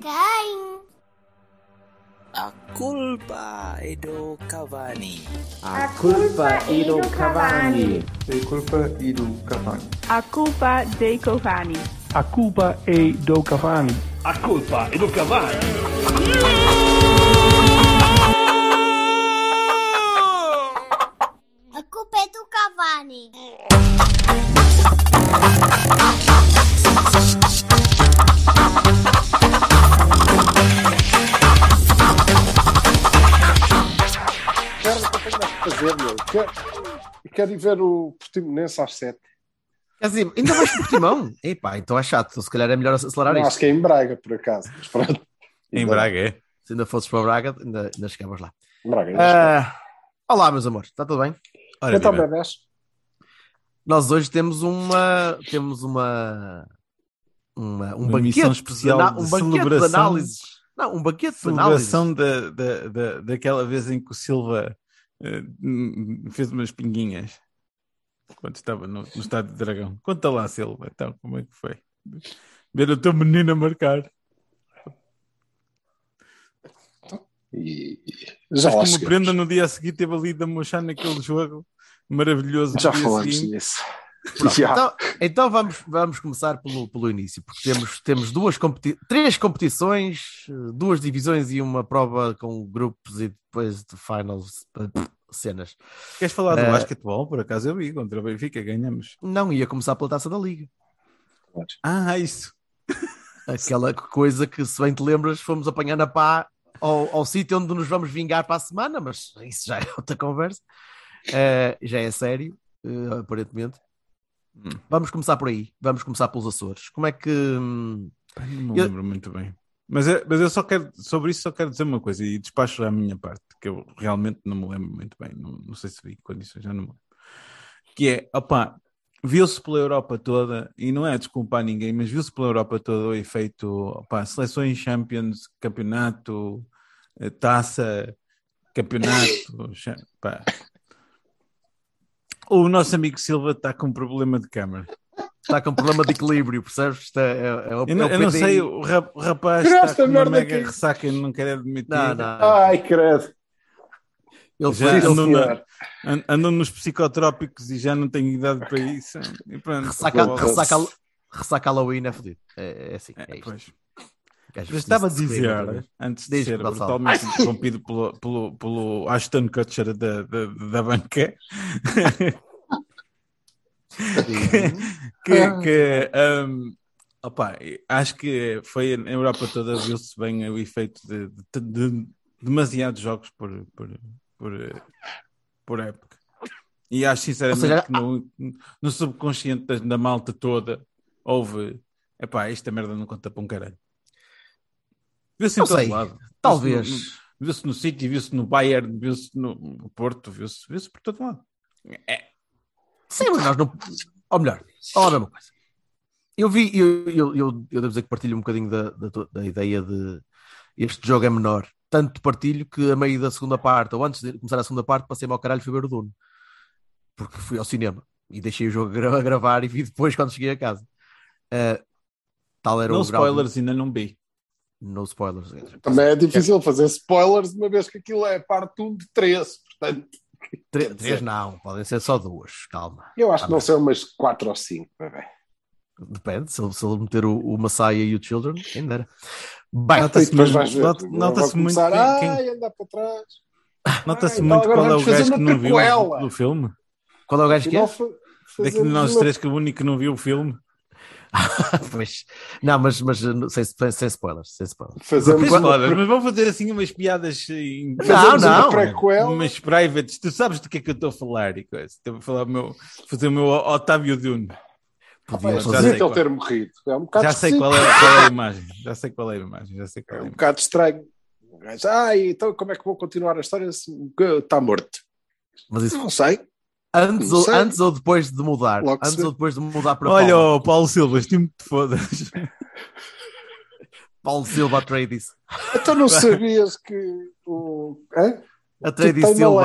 Quem? A culpa é do Cavani. A culpa é do Cavani. A culpa é do Cavani. A culpa dei Cavani. A culpa é do Cavani. A culpa é do Cavani. A culpa é do Cavani. Quero ir ver o Portimonense às 7. Quer dizer, ainda vais por Portimão? Epá, então é chato, se calhar é melhor acelerar Não, isto. acho que é em Braga, por acaso. Mas pronto. Em Braga, é? Se ainda fosses para Braga, ainda chegavas lá. Braga, Olá, meus amores, está tudo bem? Ora, então, bebés. Nós hoje temos um banquete especial de banquete de análises. Não, um banquete de análises. Celebração daquela vez em que o Silva fez umas pinguinhas quando estava no Estádio do Dragão. Conta lá, Silva, então, como é que foi? Ver o teu menino a marcar. E Mas já como Brenda no dia a seguir teve ali de mochar naquele jogo maravilhoso. Já falamos nisso. Então vamos começar pelo início, porque temos três competições, 2 divisões e uma prova com grupos e depois de finals, cenas. Queres falar do basquetebol? Por acaso eu vi contra o Benfica, ganhamos. Não, ia começar pela Taça da Liga. Isso. Aquela coisa que, se bem te lembras, fomos apanhar na pá ao sítio onde nos vamos vingar para a semana, mas isso já é outra conversa. Já é sério, aparentemente. Vamos começar por aí. Vamos começar pelos Açores. Como é que... Não me lembro muito bem. Mas eu só quero, sobre isso só quero dizer uma coisa e despacho a minha parte, que eu realmente não me lembro muito bem. Não sei se vi condições, já não me lembro. Que é, viu-se pela Europa toda, e não é desculpar ninguém, mas viu-se pela Europa toda o efeito, seleções, Champions, campeonato, taça, campeonato, O nosso amigo Silva está com um problema de câmara. Está com um problema de equilíbrio, percebes? Eu não sei, o rapaz está com uma mega ressaca e não quer admitir. Não. Ai, credo. Ele já andou nos psicotrópicos e já não tem idade para isso. E pronto, ressaca Halloween é fodido. É assim, é isto. Pois. Eu estava a dizer, antes de ser brutalmente interrompido pelo Ashton Kutcher da banca, acho que foi na Europa toda, viu-se bem o efeito de demasiados jogos por época. E acho sinceramente que no subconsciente da malta toda houve, esta merda não conta para um caralho. Viu-se em todo lado. Talvez. Viu-se no City, viu-se no Bayern, viu-se no Porto, viu-se por todo lado. Sim, mas nós não... Ou melhor, olha a mesma coisa. Eu devo dizer que partilho um bocadinho da ideia de este jogo é menor. Tanto partilho que a meio da segunda parte, ou antes de começar a segunda parte, passei-me ao caralho e fui ver o Dune. Porque fui ao cinema e deixei o jogo a gravar e vi depois quando cheguei a casa. Tal era não o grau spoilers, ainda não vi. No spoilers. Também é difícil fazer spoilers, uma vez que aquilo é parte 1 de 13, portanto... 3 não, podem ser só 2, calma. Eu acho que não são umas 4 ou 5, bebê. Depende, se ele meter o Messiah e o Children, quem dera. Bem, nota-se muito andar para trás. Nota-se muito qual é o gajo que não viu o filme. Qual é o gajo que é? Daqui de nós 3 que é o único que não viu o filme. Pois. Não, mas sem spoilers. Sem spoilers. Mas vamos fazer assim umas piadas. Umas privates. Tu sabes do que é que eu estou a falar e coisa. Estou a falar fazer o meu Otávio Dune. Já sei ele ter morrido. É um bocado já sei qual é a imagem. Já sei qual é a imagem. É um bocado estranho. Então como é que vou continuar a história se está morto? Mas isso não sei. Antes ou depois de mudar? Ou depois de mudar para Olha, Paulo Silva, estimo que te fodas. Paulo Silva a trade isso. Então não sabias que o... A trade Silva.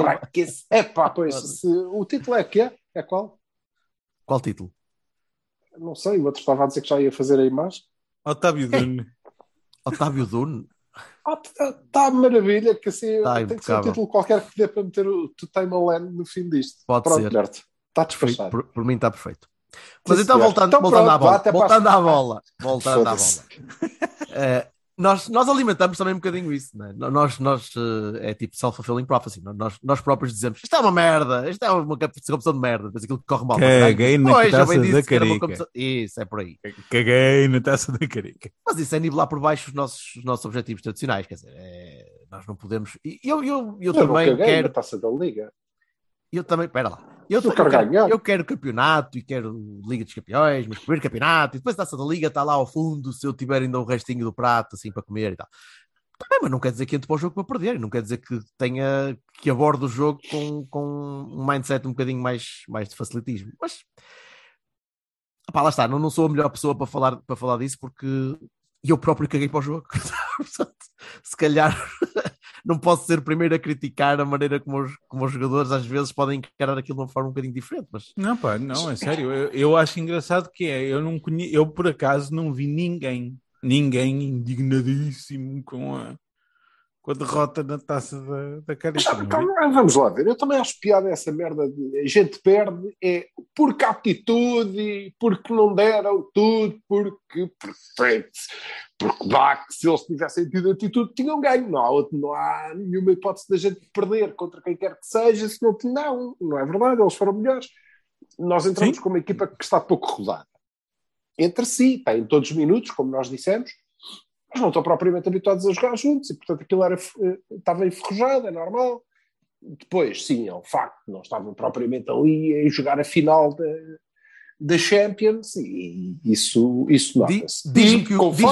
Pois, o título é que é? É qual? Qual título? não sei, o outro estava a dizer que já ia fazer a imagem. Otávio Dune. Otávio Dune. Está maravilha, que assim Tá tem que ser um impecável. título qualquer que dê para meter o To Tame a Land no fim disto. Pode Pronto, ser. Berto. Está despachado. Por mim está perfeito. Mas Sim, então, senhor. voltando, Então, voltando pronto, à bola. vá até para a Voltando à semana. bola. Voltando à bola. Foda-se. Nós alimentamos também um bocadinho isso, né? É tipo self-fulfilling prophecy. Nós próprios dizemos isto é uma merda, isto é uma competição de merda, depois aquilo que corre mal. Caguei na Pois, eu taça bem da disse que era uma Carica. competição. Isso, é por aí. Caguei na taça da Carica. Mas isso é nivelar por baixo os nossos objetivos tradicionais, quer dizer, nós não podemos. E eu Eu não também caguei quero. na taça da Liga. Eu também, espera lá. Eu quero ganhar. Eu quero campeonato e quero Liga dos Campeões, mas primeiro campeonato, e depois a taça da Liga está lá ao fundo, se eu tiver ainda um restinho do prato assim para comer e tal. Também, mas não quer dizer que entre para o jogo para perder, não quer dizer que aborde o jogo com um mindset um bocadinho mais de facilitismo. Mas opá, lá está, não sou a melhor pessoa para falar disso porque eu próprio caguei para o jogo. Portanto, se calhar não posso ser o primeiro a criticar a maneira como os jogadores às vezes podem encarar aquilo de uma forma um bocadinho diferente. Mas Não, pá, não, é sério. Eu acho engraçado que eu por acaso não vi ninguém indignadíssimo com a derrota na taça da Carica. Vamos lá ver, eu também acho piada essa merda de a gente perde porque a atitude, porque não deram tudo, porque dá que se eles tivessem tido atitude tinham ganho. Não há nenhuma hipótese da gente perder contra quem quer que seja, se não é verdade, eles foram melhores. Nós entramos com uma equipa que está pouco rodada. Entre si, têm todos os minutos, como nós dissemos, mas não estão propriamente habituados a jogar juntos e, portanto, aquilo estava enferrujado, é normal. Depois, sim, é um facto, não estavam propriamente ali a jogar a final da Champions e isso nota-se. Diz-me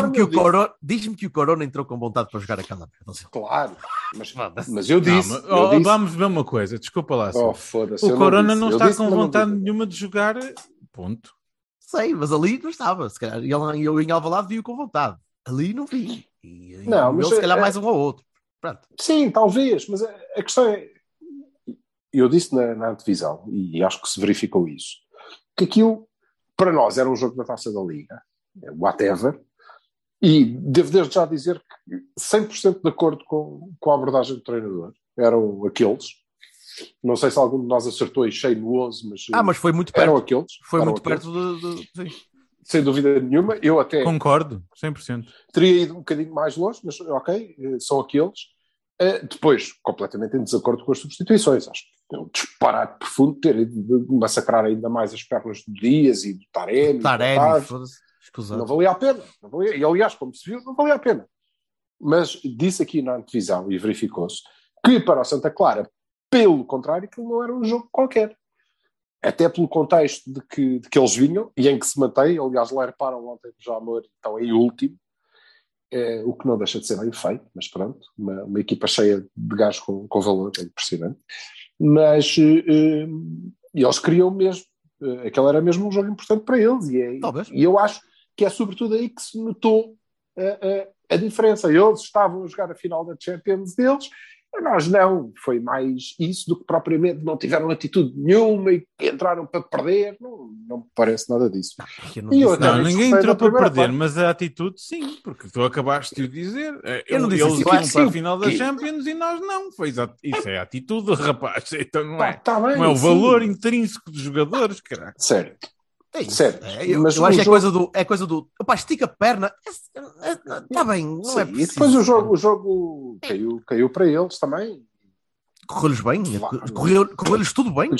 que o Corona entrou com vontade para jogar aquela merda. Claro, mas eu disse... Vamos ver uma coisa, desculpa lá. Foda-se, o Corona não está com vontade nenhuma de jogar, ponto. Sei, mas ali não estava, se calhar. Eu em Alvalade vi-o com vontade. Ali não vi. Mas se calhar mais um ou outro. Pronto. Sim, talvez, mas a questão é... Eu disse na antevisão, e acho que se verificou isso, que aquilo, para nós, era um jogo da Taça da Liga, whatever, e devo desde já dizer que 100% de acordo com a abordagem do treinador. Eram aqueles. Não sei se algum de nós acertou em cheio no 11, mas foi muito perto. Eram aqueles. Foi muito perto sim. Sem dúvida nenhuma. Eu até... Concordo, 100%. Teria ido um bocadinho mais longe, mas ok, são aqueles. Depois, completamente em desacordo com as substituições. Acho que é um disparate profundo ter ido massacrar ainda mais as pernas do Dias e do Taremi. Não valia a pena. E aliás, como se viu, não valia a pena. Mas disse aqui na antevisão, e verificou-se, que para o Santa Clara, pelo contrário, que não era um jogo qualquer. Até pelo contexto de que eles vinham, e em que se mantém, aliás, lá reparam ontem já amor, então em último, o que não deixa de ser bem feito, mas pronto, uma equipa cheia de gajos com valor, é impressionante. Mas eles queriam mesmo, aquele era mesmo um jogo importante para eles, e eu acho que é sobretudo aí que se notou a diferença. Eles estavam a jogar a final da Champions deles, nós não, foi mais isso do que propriamente não tiveram atitude nenhuma e entraram para perder, não me parece nada disso. Ninguém entrou para perder, mas a atitude sim, porque tu acabaste de o dizer. Eu não disse eles isso. iam para a final da Champions e nós não. Isso é a atitude, rapaz. Então não é, bem, não é o valor intrínseco dos jogadores, caralho. Certo. Certo. Eu acho que é coisa do opá, estica a perna, está bem, não sim, é preciso. E depois o jogo caiu para eles também. Correu-lhes bem, correu-lhes tudo bem.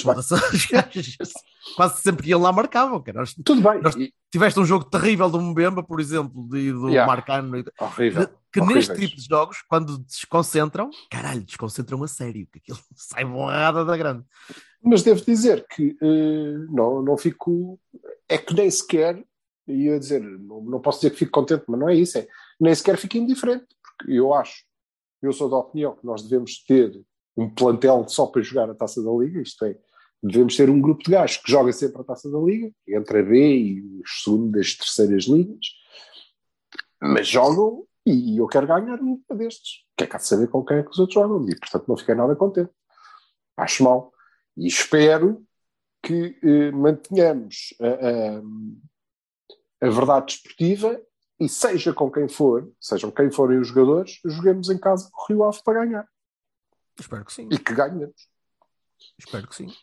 Quase sempre que iam lá marcavam. Tudo bem. Tiveste um jogo terrível do Mbemba, por exemplo, e do Marcano. Horrível. Que neste tipo de jogos, quando desconcentram, desconcentram a sério, que aquilo sai borrada da grande. Mas devo dizer que não fico... É que nem sequer, ia dizer, não posso dizer que fico contente, mas não é isso, nem sequer fico indiferente, porque eu sou da opinião que nós devemos ter um plantel só para jogar a Taça da Liga, isto é, devemos ter um grupo de gajos que joga sempre a Taça da Liga, entre a B e os segundas e terceiras ligas, mas jogam e eu quero ganhar um destes, que é cá de saber com quem é que os outros jogam, e portanto não fiquei nada contente. Acho mal. E espero que mantenhamos a verdade desportiva e seja com quem for, sejam quem forem os jogadores, joguemos em casa com o Rio Ave para ganhar. Espero que sim. E que ganhemos. Espero que sim.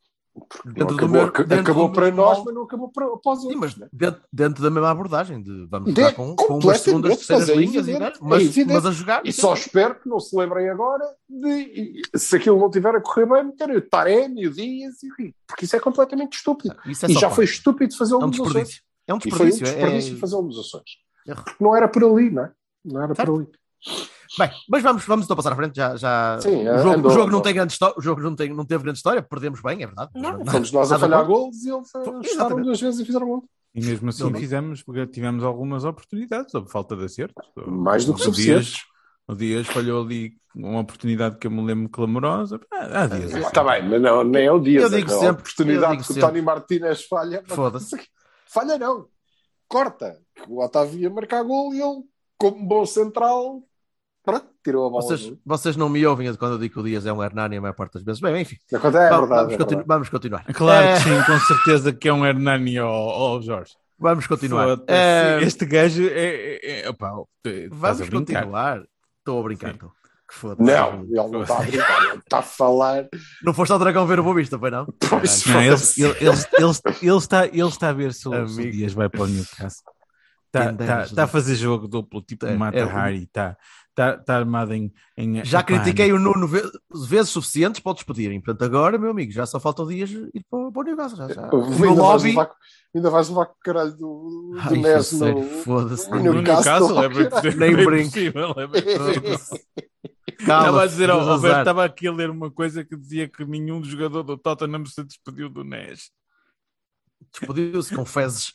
Acabou para nós, mas não acabou para os outros. Sim, mas dentro da mesma abordagem de vamos De- jogar com umas segundas, terceiras linhas mas a jogar. E só espero que não se lembrem agora de, se aquilo não tiver a correr bem, meterem o Taremi, o Dias e o Rio. Porque isso é completamente estúpido. Isso é E só já parte. foi estúpido fazer É um alunos desperdício. É um E foi um desperdício. desperdício fazer alunos Erro. Porque não era por ali, não é? Não era Certo. por ali. Bem, mas vamos então passar à frente. Já... Sim, o jogo não tem grande história. O jogo não teve grande história. Perdemos bem, é verdade. Fomos nós a Nada falhar contra. golos e eles chutaram Exatamente. 2 vezes e fizeram gol. E mesmo assim Não, tivemos algumas oportunidades, sob falta de acertos. Mais do que O suficientes. O Dias falhou ali uma oportunidade que eu me lembro clamorosa. Há dias. Está bem, mas não, nem é o dia. Eu digo a sempre, oportunidade eu digo que o sempre. Tony Martínez falha. Foda-se. Falha não. Corta. O Otávio ia marcar gol e ele, como bom central, pronto, tirou a bola. Vocês não me ouvem quando eu digo que o Dias é um Hernani a maior parte das vezes. Bem, enfim. É verdade. Vamos continuar. Claro que sim, com certeza que é um Hernani ao Jorge. Vamos continuar. Foda-se. Este gajo opá, Vamos estás a brincar. continuar. Estou a brincar. Sim. Tô. Que foda-se. Não, ele não está a brincar. Ele está a falar. Não foste ao Dragão ver o Boa Vista, foi não? Pois, Não, ele está a ver se o Amigo. Dias vai para o Newcastle. Quem dera, Está a fazer jogo duplo, tipo Mata Hari. Está armado em Já epá, critiquei o Nuno vezes suficientes para o despedirem. Portanto, agora, meu amigo, já só falta o Dias ir para o Newcastle. Já. O meu lobby... Ainda vais levar com o caralho do Ai, Nes sério, no foda-se. no No Newcastle. Nem bem brinco. possível, é bem possível. Calma, Estava a dizer ao Roberto, azar. estava aqui a ler uma coisa que dizia que nenhum jogador do Tottenham se despediu do Nes. Despediu-se com fezes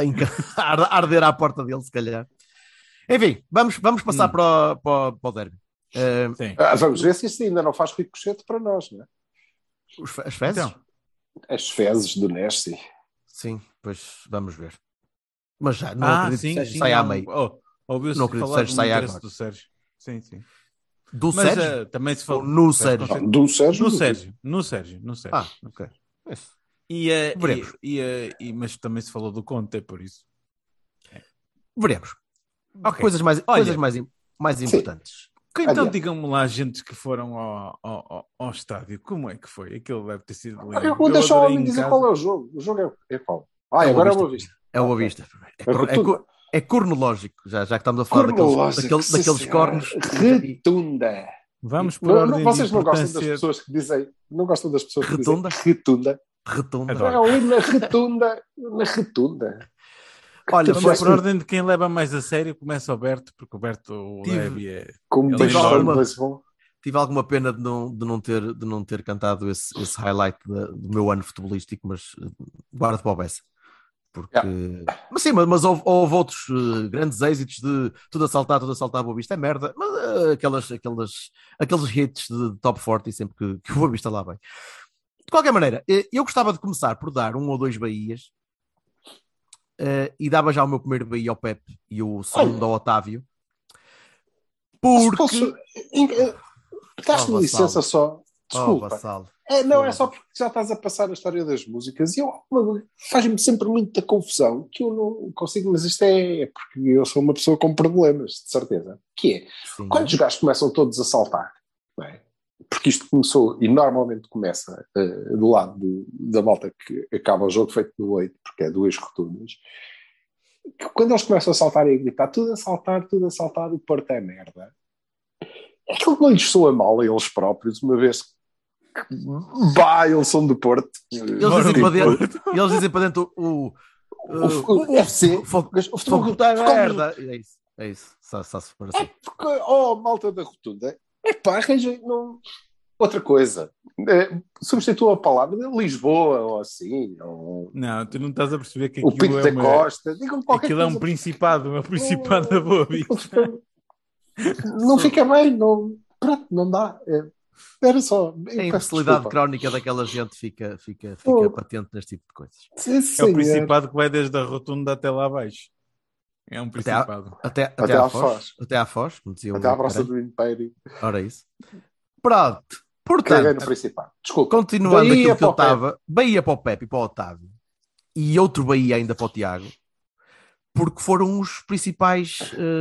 a arder à porta dele, se calhar. Enfim, vamos passar para o derby. Sim. Vamos ver se isso ainda não faz ricochete para nós, não é? As fezes? Então. As fezes do Nes, sim. Sim, pois vamos ver. Mas já não acredito que o Sérgio saia à meio. Ouviu-se Não acredito que o falar Sérgio do saia interesse agora. do Sérgio. Sim. Do Mas Sérgio? também se Ou falou no Sérgio? Do Sérgio? No Sérgio. Ah, ok. Isso. Veremos. Mas também se falou do Conte, é por isso. Veremos. Ok. Coisas mais importantes. Então Olha. digam-me lá, gente que foram ao estádio, como é que foi? Aquilo deve ter sido lindo. Deixa o adorei homem em dizer casa. qual é o jogo. O jogo é qual? É Agora é Boa uma vista. É o Boa Vista. Rotunda. É cronológico, já que estamos a falar daqueles cornos. Retunda. Vamos por ordem Vocês de não gostam das importância. pessoas que dizem. Não gostam das pessoas que Retunda? dizem retunda. Retunda. Adoro. É ali na retunda. Na retunda. Olha, Vamos foi por ordem de quem leva mais a sério, começa o Berto, porque o Berto Tive- Levi é... Com um Ele beijo é enorme. beisebol. tive alguma pena de não ter cantado esse highlight do meu ano futebolístico, mas guardo para o Bessa. Porque... Mas sim, mas houve outros grandes êxitos de tudo a saltar, Boa Vista é merda, mas aqueles hits de top 40 sempre que o Boa Vista lá vem. De qualquer maneira, eu gostava de começar por dar 1 ou 2 Bahias, e dava já o meu primeiro Bahia ao Pepe e o segundo ao Otávio, porque... Dás-me licença só. Desculpa. Vassalo. Não, é só porque já estás a passar a história das músicas e faz-me sempre muita confusão que eu não consigo, mas isto é porque eu sou uma pessoa com problemas, de certeza. Que é, Sim, quando os gajos começam todos a saltar, não é? Porque isto começou e normalmente começa do lado da malta que acaba o jogo feito no 8, porque é 2 rotundas, que quando eles começam a saltar e a gritar tudo a saltar, o Porto é merda. É aquilo que não lhes soa mal a eles próprios, uma vez que eles são do Porto. Eles dizem para dentro o FC. o futebol da merda. É isso. Só se for assim. Porque, malta da rotunda, arranjem outra coisa. Substitua a palavra de Lisboa ou assim. Não, tu não estás a perceber que O aquilo Pinto é da Costa. Digam qualquer aquilo é coisa. um principado, da Boa Vista. Não fica bem, pronto, não dá. Era só. A imbecilidade crónica daquela gente fica patente neste tipo de coisas. É o principado que vai desde a rotunda até lá abaixo. É um principado. Até à à Foz. Até à Foz, como dizia Até à praça do Império. Ora isso. Pronto. Caguei no Portanto, Principado. Desculpa. continuando Bahia aquilo que eu para o estava, Bahia para o Pepe e para o Otávio, e outro Bahia ainda para o Tiago, porque foram os principais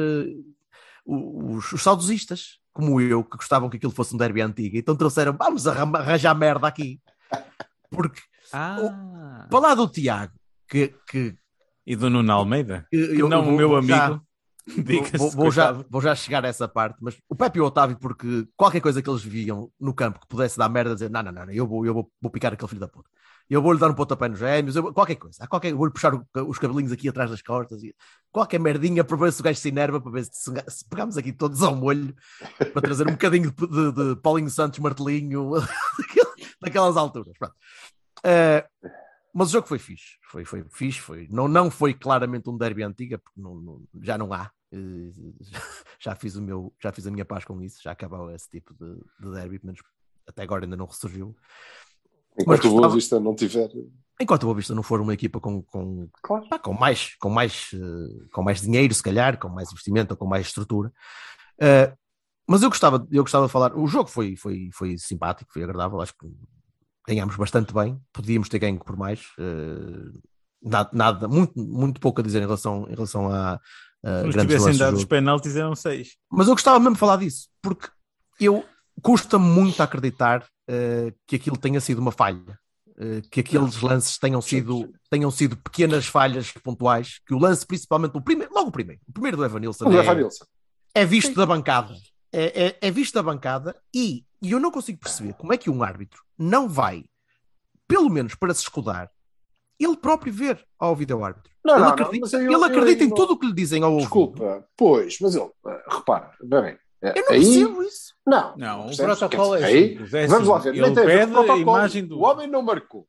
os saudosistas, como eu, que gostavam que aquilo fosse um derby antigo, então trouxeram, vamos arranjar merda aqui, porque para lá do Tiago que e do Nuno Almeida, que eu não o meu amigo. Vou já chegar a essa parte, mas o Pepe e o Otávio, porque qualquer coisa que eles viam no campo que pudesse dar merda, dizer não, eu vou picar aquele filho da puta, eu vou-lhe dar um pontapé nos gêmeos, qualquer coisa, vou-lhe puxar os cabelinhos aqui atrás das costas, qualquer merdinha para ver se o gajo se enerva, para ver se pegamos aqui todos ao molho, para trazer um bocadinho de Paulinho Santos Martelinho daquelas alturas. Pronto. Mas o jogo foi fixe, foi fixe, não foi claramente um derby antiga, porque já não há. Já fiz a minha paz com isso, já acabou esse tipo de derby, pelo menos até agora ainda não ressurgiu. Enquanto o Boa Vista não tiver. Enquanto o Boa Vista não for uma equipa com mais dinheiro, se calhar, com mais investimento ou com mais estrutura. Mas eu gostava de falar. O jogo foi simpático, foi agradável, acho que ganhámos bastante bem, podíamos ter ganho por mais. Nada, muito pouco a dizer em relação a se tivessem dado os penaltis eram 6. Mas eu gostava mesmo de falar disso, porque custa-me muito acreditar que aquilo tenha sido uma falha, que aqueles lances tenham sido pequenas falhas pontuais, que o lance, principalmente o primeiro do Evanilson é visto da bancada. É visto da bancada e eu não consigo perceber como é que um árbitro não vai, pelo menos para se escudar, ele próprio ver ao vídeo-árbitro. Ele acredita em tudo o que lhe dizem ao ouvido. Desculpa, pois, mas ele, repara, bem, eu não percebo isso. Não, o protocolo é simples. Vamos lá ver. Ele pede a imagem do... O homem não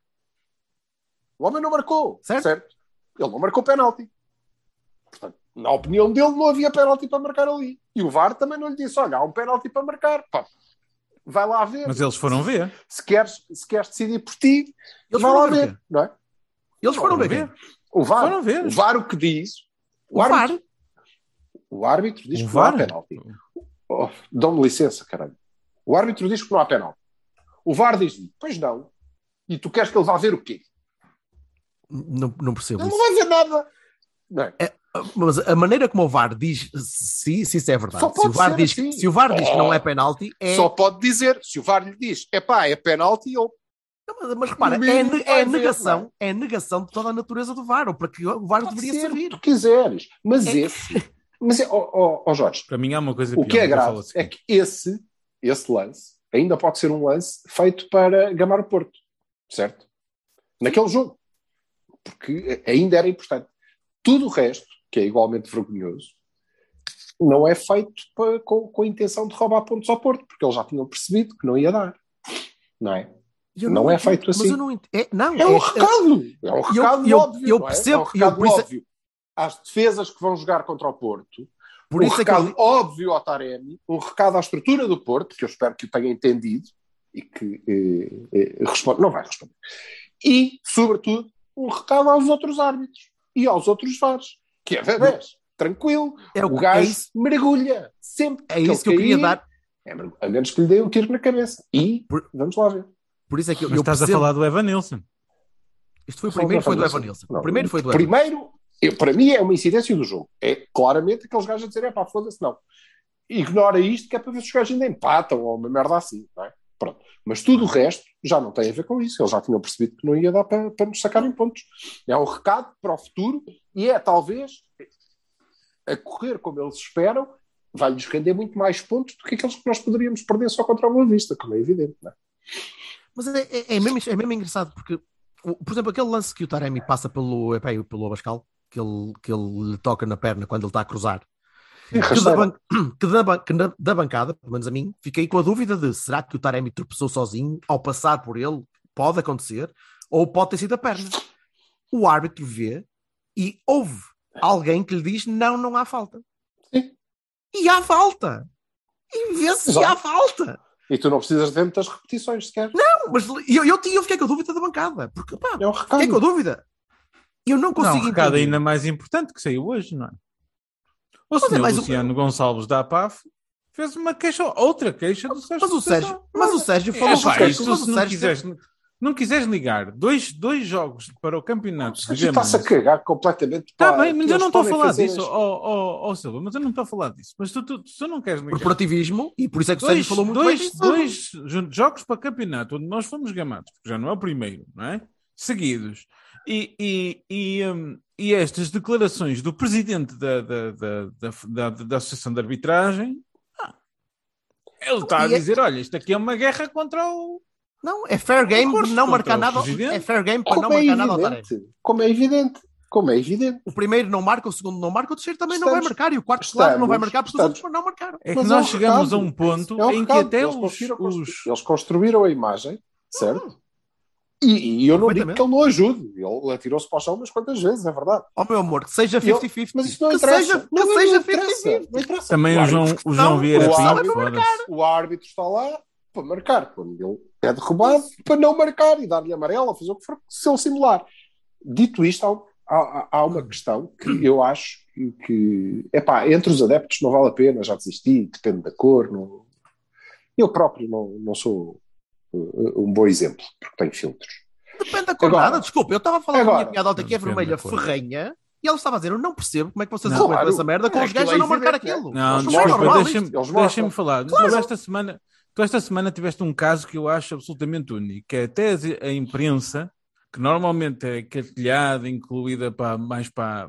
marcou. Certo? Ele não marcou penalti. Portanto, na opinião dele, não havia penalti para marcar ali. E o VAR também não lhe disse, olha, há um penalti para marcar. Pá, vai lá ver. Mas eles foram ver. Se queres decidir por ti, eles vai lá ver. Não é? Eles foram ver. O VAR, foram ver. O VAR o que diz? O árbitro diz que não há penalti. Dão-me licença, caralho. O árbitro diz que não há penalti. O VAR diz-lhe, pois não. E tu queres que ele vá ver o quê? Não percebo ele isso. Não vai ver nada. Não é? Mas a maneira como o VAR diz, se isso é verdade, se o VAR diz que não é penalti, só pode dizer, se o VAR lhe diz, é penalti ou... Mas repara, é negação de toda a natureza do VAR, ou para que o VAR deveria servir. Tu quiseres, mas Jorge, para mim há uma coisa o que é grave é que esse lance ainda pode ser um lance feito para gamar o Porto, certo? Naquele jogo, porque ainda era importante. Tudo o resto, que é igualmente vergonhoso, não é feito com a intenção de roubar pontos ao Porto, porque eles já tinham percebido que não ia dar, não é? Não é feito assim. Mas eu não entendo. É um recado. É um recado óbvio. Eu percebo. É um recado óbvio às defesas que vão jogar contra o Porto. Um recado óbvio ao Taremi. Um recado à estrutura do Porto, que eu espero que o tenha entendido e que responda. Não vai responder. E, sobretudo, um recado aos outros árbitros e aos outros VARs. Que é bebés. Tranquilo. O gajo mergulha. Sempre. É isso que eu queria dar. A menos que lhe dê um tiro na cabeça. E vamos lá ver. Por isso é que Mas estás a falar do Evanilson. Isto foi o primeiro, foi do Evanilson. O primeiro foi do Evanilson. Primeiro, para mim, é uma incidência do jogo. É claramente aqueles gajos a dizer, foda-se, não. Ignora isto que é para ver se os gajos ainda empatam ou uma merda assim, não é? Pronto. Mas tudo o resto já não tem a ver com isso. Eles já tinham percebido que não ia dar para nos sacarem pontos. É um recado para o futuro e talvez, a correr como eles esperam, vai-lhes render muito mais pontos do que aqueles que nós poderíamos perder só contra a Boa Vista, como é evidente, não é? Mas é mesmo engraçado, porque, por exemplo, aquele lance que o Taremi passa pelo Abascal, que ele lhe toca na perna quando ele está a cruzar, que da bancada, pelo menos a mim, fiquei com a dúvida de será que o Taremi tropeçou sozinho ao passar por ele? Pode acontecer, ou pode ter sido a perna. O árbitro vê e houve alguém que lhe diz não há falta. Sim. E há falta. E vê-se se há falta. E tu não precisas de ver muitas repetições sequer. Não, mas eu fiquei com a dúvida da bancada. Porque, é um recado. Fiquei com a dúvida. Eu não consigo entender. É um recado ainda mais importante que saiu hoje, não é? O senhor Luciano Gonçalves da APAF fez uma queixa, outra queixa do Sérgio. Mas o Sérgio falou isso, se não quiseres... não quiseres ligar dois jogos para o campeonato de Gama... Está-se a cagar completamente. Está bem, mas eu não estou a falar disso, Silva, mas eu não estou a falar disso. Mas tu não queres ligar... Corporativismo, e por isso é que o Sérgio falou muito bem disso. Dois jogos para campeonato, onde nós fomos gamados, porque já não é o primeiro, não é? Seguidos. E estas declarações do presidente da Associação de Arbitragem, ele está a dizer, olha, isto aqui é uma guerra contra o... Não, é fair game não marcar nada. É fair game para não marcar nada ao Taremi. Como é evidente. O primeiro não marca, o segundo não marca, o terceiro também não vai marcar, e o quarto, claro, não vai marcar porque os outros não marcaram. É que nós chegamos a um ponto em que até eles construíram a imagem, certo? E eu não digo que ele não ajude. Ele atirou-se para o chão umas quantas vezes, é verdade. Oh, meu amor, que seja 50-50. Mas isso não interessa. Que seja 50-50. Também o João Vieira Pinto, o árbitro está lá para marcar. Quando ele é derrubado, para não marcar e dar-lhe amarelo, fazer o que for, se ele simular. Dito isto, há uma questão que eu acho que entre os adeptos não vale a pena, já desisti, depende da cor. Não... Eu próprio não sou um bom exemplo, porque tenho filtros. Depende da cor nada, desculpa, eu estava a falar da minha piada alta que é vermelha ferrenha, e ela estava a dizer, eu não percebo como é que vocês aguentam essa merda com os gajos a não marcar aquilo. Não, desculpa, deixa-me falar. Mas esta semana tiveste um caso que eu acho absolutamente único, que é até a imprensa, que normalmente é cartilhada, incluída mais para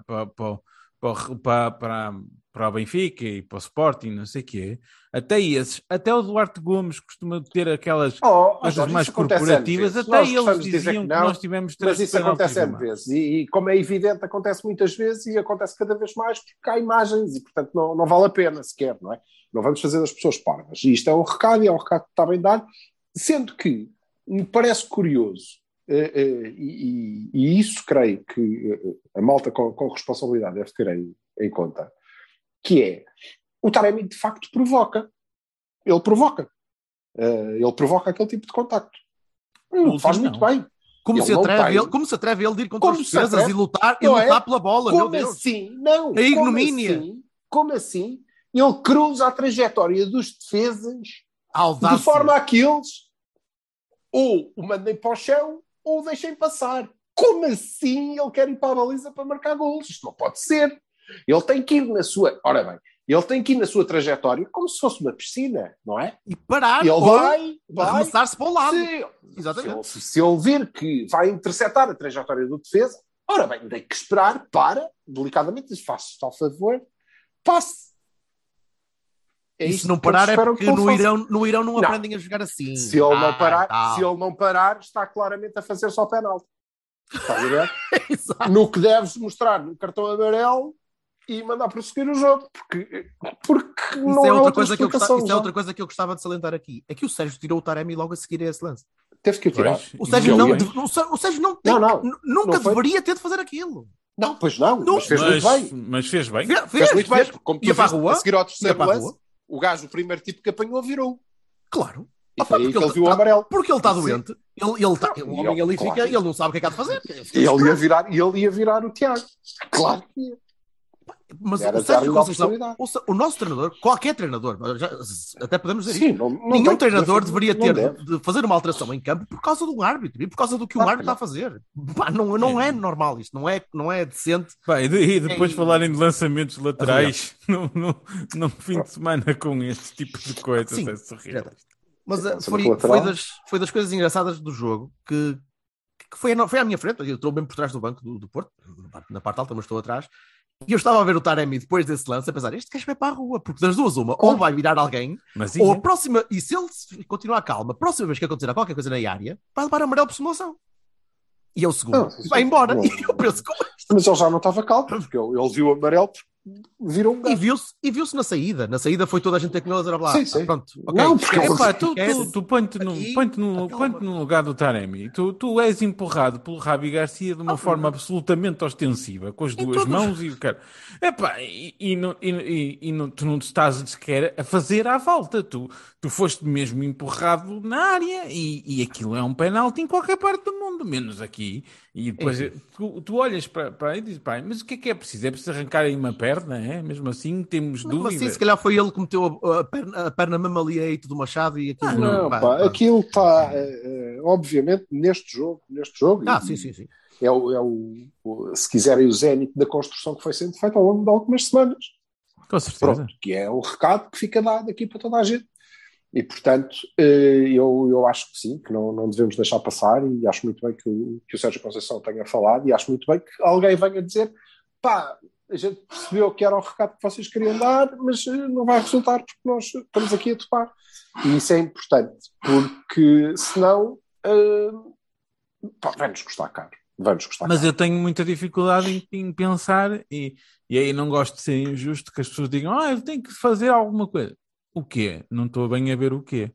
o Benfica e para o Sporting, não sei o quê, até o Duarte Gomes costuma ter aquelas coisas mais corporativas, até eles diziam que nós tivemos 3 penaltis. Mas isso acontece N vezes, e como é evidente, acontece muitas vezes e acontece cada vez mais porque há imagens e, portanto, não vale a pena sequer, não é? Não vamos fazer das pessoas parvas. E isto é um recado, e é um recado que está bem dado, sendo que me parece curioso, e isso creio que a malta com responsabilidade deve ter em conta, que é, o Taremi de facto provoca. Ele provoca aquele tipo de contacto. Faz muito bem. Como se atreve ele de ir contra os defesas e lutar pela bola, como meu Deus. Assim? Não. A ignomínia. Como assim? Ele cruza a trajetória dos defesas de forma a que eles ou o mandem para o chão ou o deixem passar. Como assim ele quer ir para a baliza para marcar golos? Isto não pode ser. Ele tem que ir na sua... Ora bem, ele tem que ir na sua trajetória como se fosse uma piscina, não é? E parar. Ele vai arremessar-se para o lado. Exatamente. Se ele vir que vai interceptar a trajetória do defesa, ora bem, tem que esperar para, delicadamente, faça tal favor, passe. E se não parar é porque no Irão não aprendem a jogar assim. Se ele não parar, está claramente a fazer só penalti. Está a ver? No que deves mostrar no cartão amarelo e mandar prosseguir o jogo, porque não é outra coisa que isso é outra coisa que eu gostava de salientar aqui. É que o Sérgio tirou o Taremi logo a seguir a esse lance. Teve que o tirar. O Sérgio nunca deveria ter de fazer aquilo. Não, pois não, mas fez muito bem. Mas fez bem. Fez muito bem, como tu ia para a rua, a seguir ao terceiro lance, o gajo, o primeiro tipo que apanhou, virou. Claro. E foi aí que ele viu o amarelo. Porque ele está doente. O homem ali fica, ele não sabe o que é que há de fazer. Ele ia virar o Tiago. Claro que ia. Mas o Sérgio Conceição, o nosso treinador, qualquer treinador, até podemos dizer isso, nenhum treinador deveria ter de fazer uma alteração em campo por causa do árbitro e por causa do que o árbitro está a fazer. Não é normal isto, não é decente. E depois falarem de lançamentos laterais no fim de semana com este tipo de coisas, é surreal. Mas foi das coisas engraçadas do jogo que foi à minha frente. Eu estou bem por trás do banco do Porto, na parte alta, mas estou atrás. E eu estava a ver o Taremi depois desse lance a pensar, este gajo vai para a rua, porque das duas uma, ou vai virar alguém, ou a próxima, e se ele continuar calmo, a próxima vez que acontecer qualquer coisa na área, vai levar amarelo por simulação. E é o segundo, vai embora. E eu penso, mas ele já não estava calmo, porque ele viu o amarelo, virou um gajo. E viu-se na saída. Na saída foi toda a gente ter que me dizer, sim. Pronto, okay. Não, porque tu põe-te no lugar do Taremi. Tu és empurrado pelo Javi Garcia de uma forma absolutamente ostensiva, com as duas mãos e o cara. Tu não estás sequer a fazer à volta. Tu foste mesmo empurrado na área e aquilo é um penalti em qualquer parte do mundo, menos aqui. E depois tu olhas para aí e dizes, mas o que é preciso? É preciso arrancar aí uma perna, é? Mesmo assim temos dúvida. Mas assim, se calhar foi ele que meteu a perna mesmo ali aí do Machado e aquilo. Aquilo está... obviamente, neste jogo. Sim. Se quiserem, o zénite da construção que foi sendo feita ao longo de algumas semanas. Com certeza. Pronto, que é o recado que fica dado aqui para toda a gente. E, portanto, eu acho que sim, que não devemos deixar passar, e acho muito bem que o Sérgio Conceição tenha falado, e acho muito bem que alguém venha dizer, pá, a gente percebeu que era o recado que vocês queriam dar, mas não vai resultar porque nós estamos aqui a topar. E isso é importante, porque senão vai-nos custar caro. Mas eu tenho muita dificuldade em pensar, e aí não gosto de ser injusto que as pessoas digam, eu tenho que fazer alguma coisa. O quê? Não estou bem a ver o quê.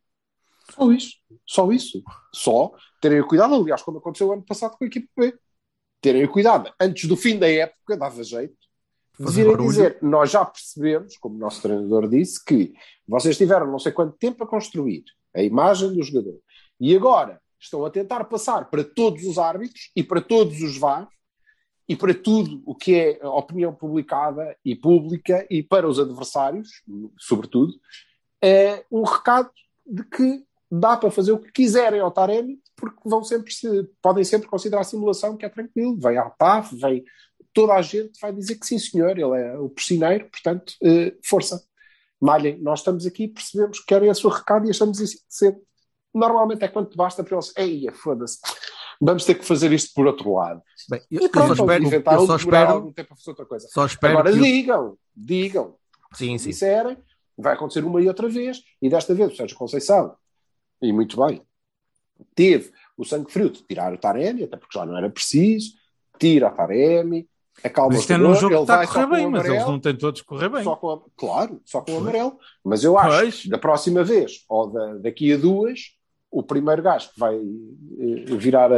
Só isso. Só terem cuidado, aliás, como aconteceu ano passado com a equipe B. Terem cuidado. Antes do fim da época, dava jeito de virem dizer, nós já percebemos, como o nosso treinador disse, que vocês tiveram não sei quanto tempo a construir a imagem do jogador. E agora estão a tentar passar para todos os árbitros e para todos os VAR e para tudo o que é a opinião publicada e pública e para os adversários, sobretudo, é um recado de que dá para fazer o que quiserem ao Taremi, porque podem sempre considerar a simulação que é tranquilo. Vem à TAF, toda a gente vai dizer que sim, senhor, ele é o piscineiro, portanto, força. Malhem, nós estamos aqui, percebemos que querem esse recado e achamos isso sempre. Normalmente é quanto basta para eles, foda-se, vamos ter que fazer isto por outro lado. Bem, eu só espero algum tempo a fazer outra coisa. Agora digam. Sim. Se disserem, vai acontecer uma e outra vez, e desta vez o Sérgio Conceição, e muito bem, teve o sangue frio de tirar o Taremi, até porque já não era preciso, tira o Taremi, acalma mas o isto é num jogo que está a correr bem, mas eles não têm todos correr bem. Só com o amarelo. Mas eu acho que da próxima vez, ou daqui a duas, o primeiro gajo que vai virar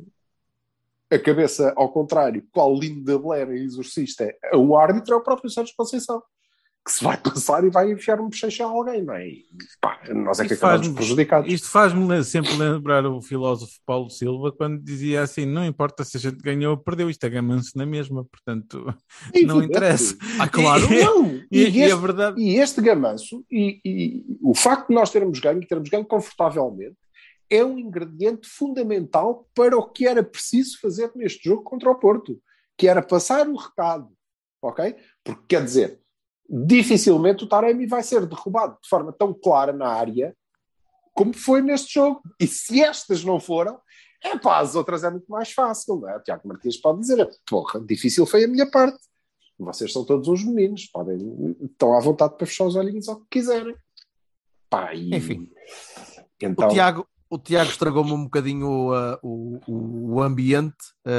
a cabeça ao contrário, qual Linda Blair e exorcista é o árbitro, é o próprio Sérgio Conceição, que se vai passar e vai enfiar um bochecha a alguém, não é? E, nós é que acabamos prejudicados. Isto faz-me sempre lembrar o filósofo Paulo Silva quando dizia assim, não importa se a gente ganhou ou perdeu, isto é gamanço na mesma, portanto não interessa. Claro, não. E a verdade... E este gamanço, e o facto de nós termos ganho confortavelmente, é um ingrediente fundamental para o que era preciso fazer neste jogo contra o Porto, que era passar o recado, ok? Porque, quer dizer, dificilmente o Taremi vai ser derrubado de forma tão clara na área como foi neste jogo. E se estas não foram, as outras é muito mais fácil, não é? O Tiago Martins pode dizer, difícil foi a minha parte. Vocês são todos uns meninos, estão à vontade para fechar os olhinhos ao que quiserem. Enfim, então... o Tiago estragou-me um bocadinho o ambiente.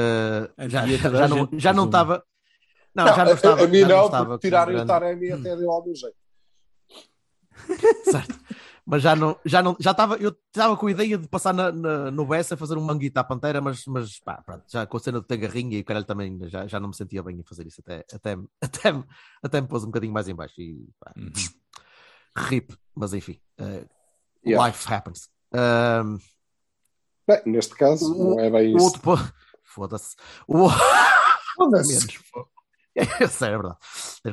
Já não estava... já não estava. A mim não, porque tirarem o Taremi até deu algum jeito. Certo. Mas já estava, eu estava com a ideia de passar no Bessa a fazer um manguito à Pantera, mas pronto, já com a cena do Tangarrinha e o caralho também já não me sentia bem a fazer isso, até me pôs um bocadinho mais em baixo e rip, mas enfim, life happens. Bem, neste caso não é bem isso. Foda-se. Foda-se. Isso é verdade.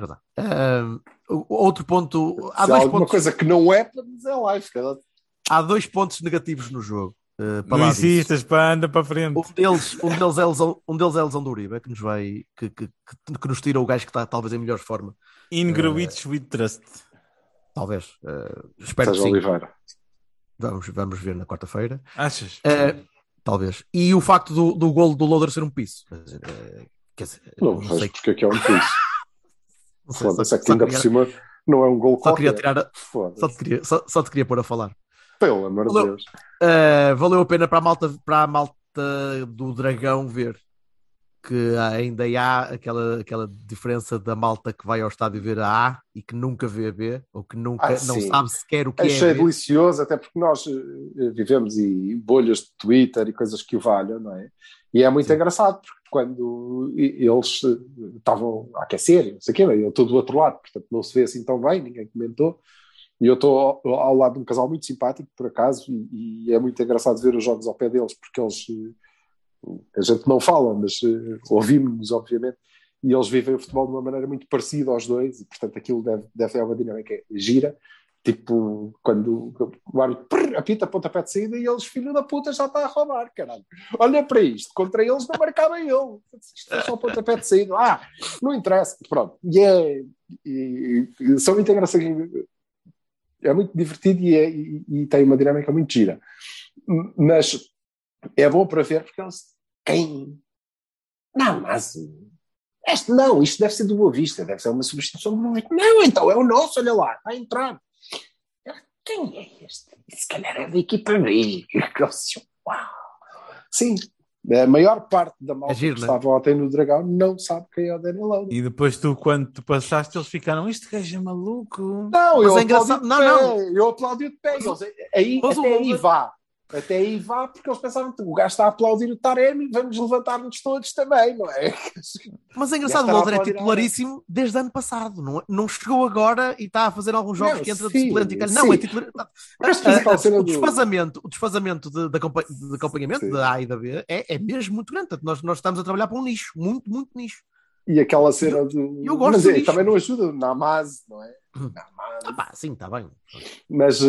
Outro ponto. Há alguma coisa que não é para dizer live. Há 2 pontos negativos no jogo. Não insistas, anda para frente. Um deles é a lesão do Uribe, que nos vai que nos tira o gajo que está talvez em melhor forma. In Growitch with trust. Talvez. Espero que sim. Oliveira. Vamos ver na quarta-feira. Achas? Talvez. E o facto do golo do Loader ser um piso. Quer dizer, não sei porque é um piso. Foda-se, é que ainda por cima não é um gol só queria tirar só te queria pôr a falar. Pelo amor de Deus. Valeu a pena para a malta do Dragão ver que ainda há aquela diferença da malta que vai ao estádio ver a A e que nunca vê a B, ou que nunca não sabe sequer o que é. Achei delicioso, até porque nós vivemos em bolhas de Twitter e coisas que o valham, não é? E é muito engraçado, porque quando eles estavam a aquecer, não sei o quê, eu estou do outro lado, portanto não se vê assim tão bem, ninguém comentou, e eu estou ao lado de um casal muito simpático, por acaso, e é muito engraçado ver os jogos ao pé deles, porque eles, a gente não fala, mas ouvimos-nos, obviamente, e eles vivem o futebol de uma maneira muito parecida aos dois, e portanto aquilo deve ter uma dinâmica gira, Tipo, quando o árbitro apita pontapé de saída e eles, filho da puta, já está a roubar, caralho. Olha para isto, contra eles não marcava ele. Isto é só pontapé de saída. Não interessa. Pronto. E são muito engraçados. É muito divertido e tem uma dinâmica muito gira. Mas é bom para ver porque eles têm... Não, mas... isto deve ser do Boa Vista, deve ser uma substituição do Boa Vista. Não, então é o nosso, olha lá, vai entrar. Quem é este? Se calhar é da equipa B. Uau! Sim, a maior parte da malta que estava ontem no Dragão não sabe quem é o Daniel Lowry. E depois tu, quando tu passaste, eles ficaram, este gajo é maluco. Não, eu aplaudi de pé. Até aí vá, porque eles pensavam que o gajo está a aplaudir o Taremi, vamos levantar-nos todos também, não é? Mas é engraçado, o Lowry é titularíssimo desde ano passado, não chegou agora e está a fazer alguns jogos que entra de suplente. Não, é titular. O desfazamento de acompanhamento da A e da B é mesmo muito grande. Nós estamos a trabalhar para um nicho, muito, muito nicho. E aquela cena do... Eu gosto disso. Também não ajuda na Amaz, não é? Sim, está bem. Mas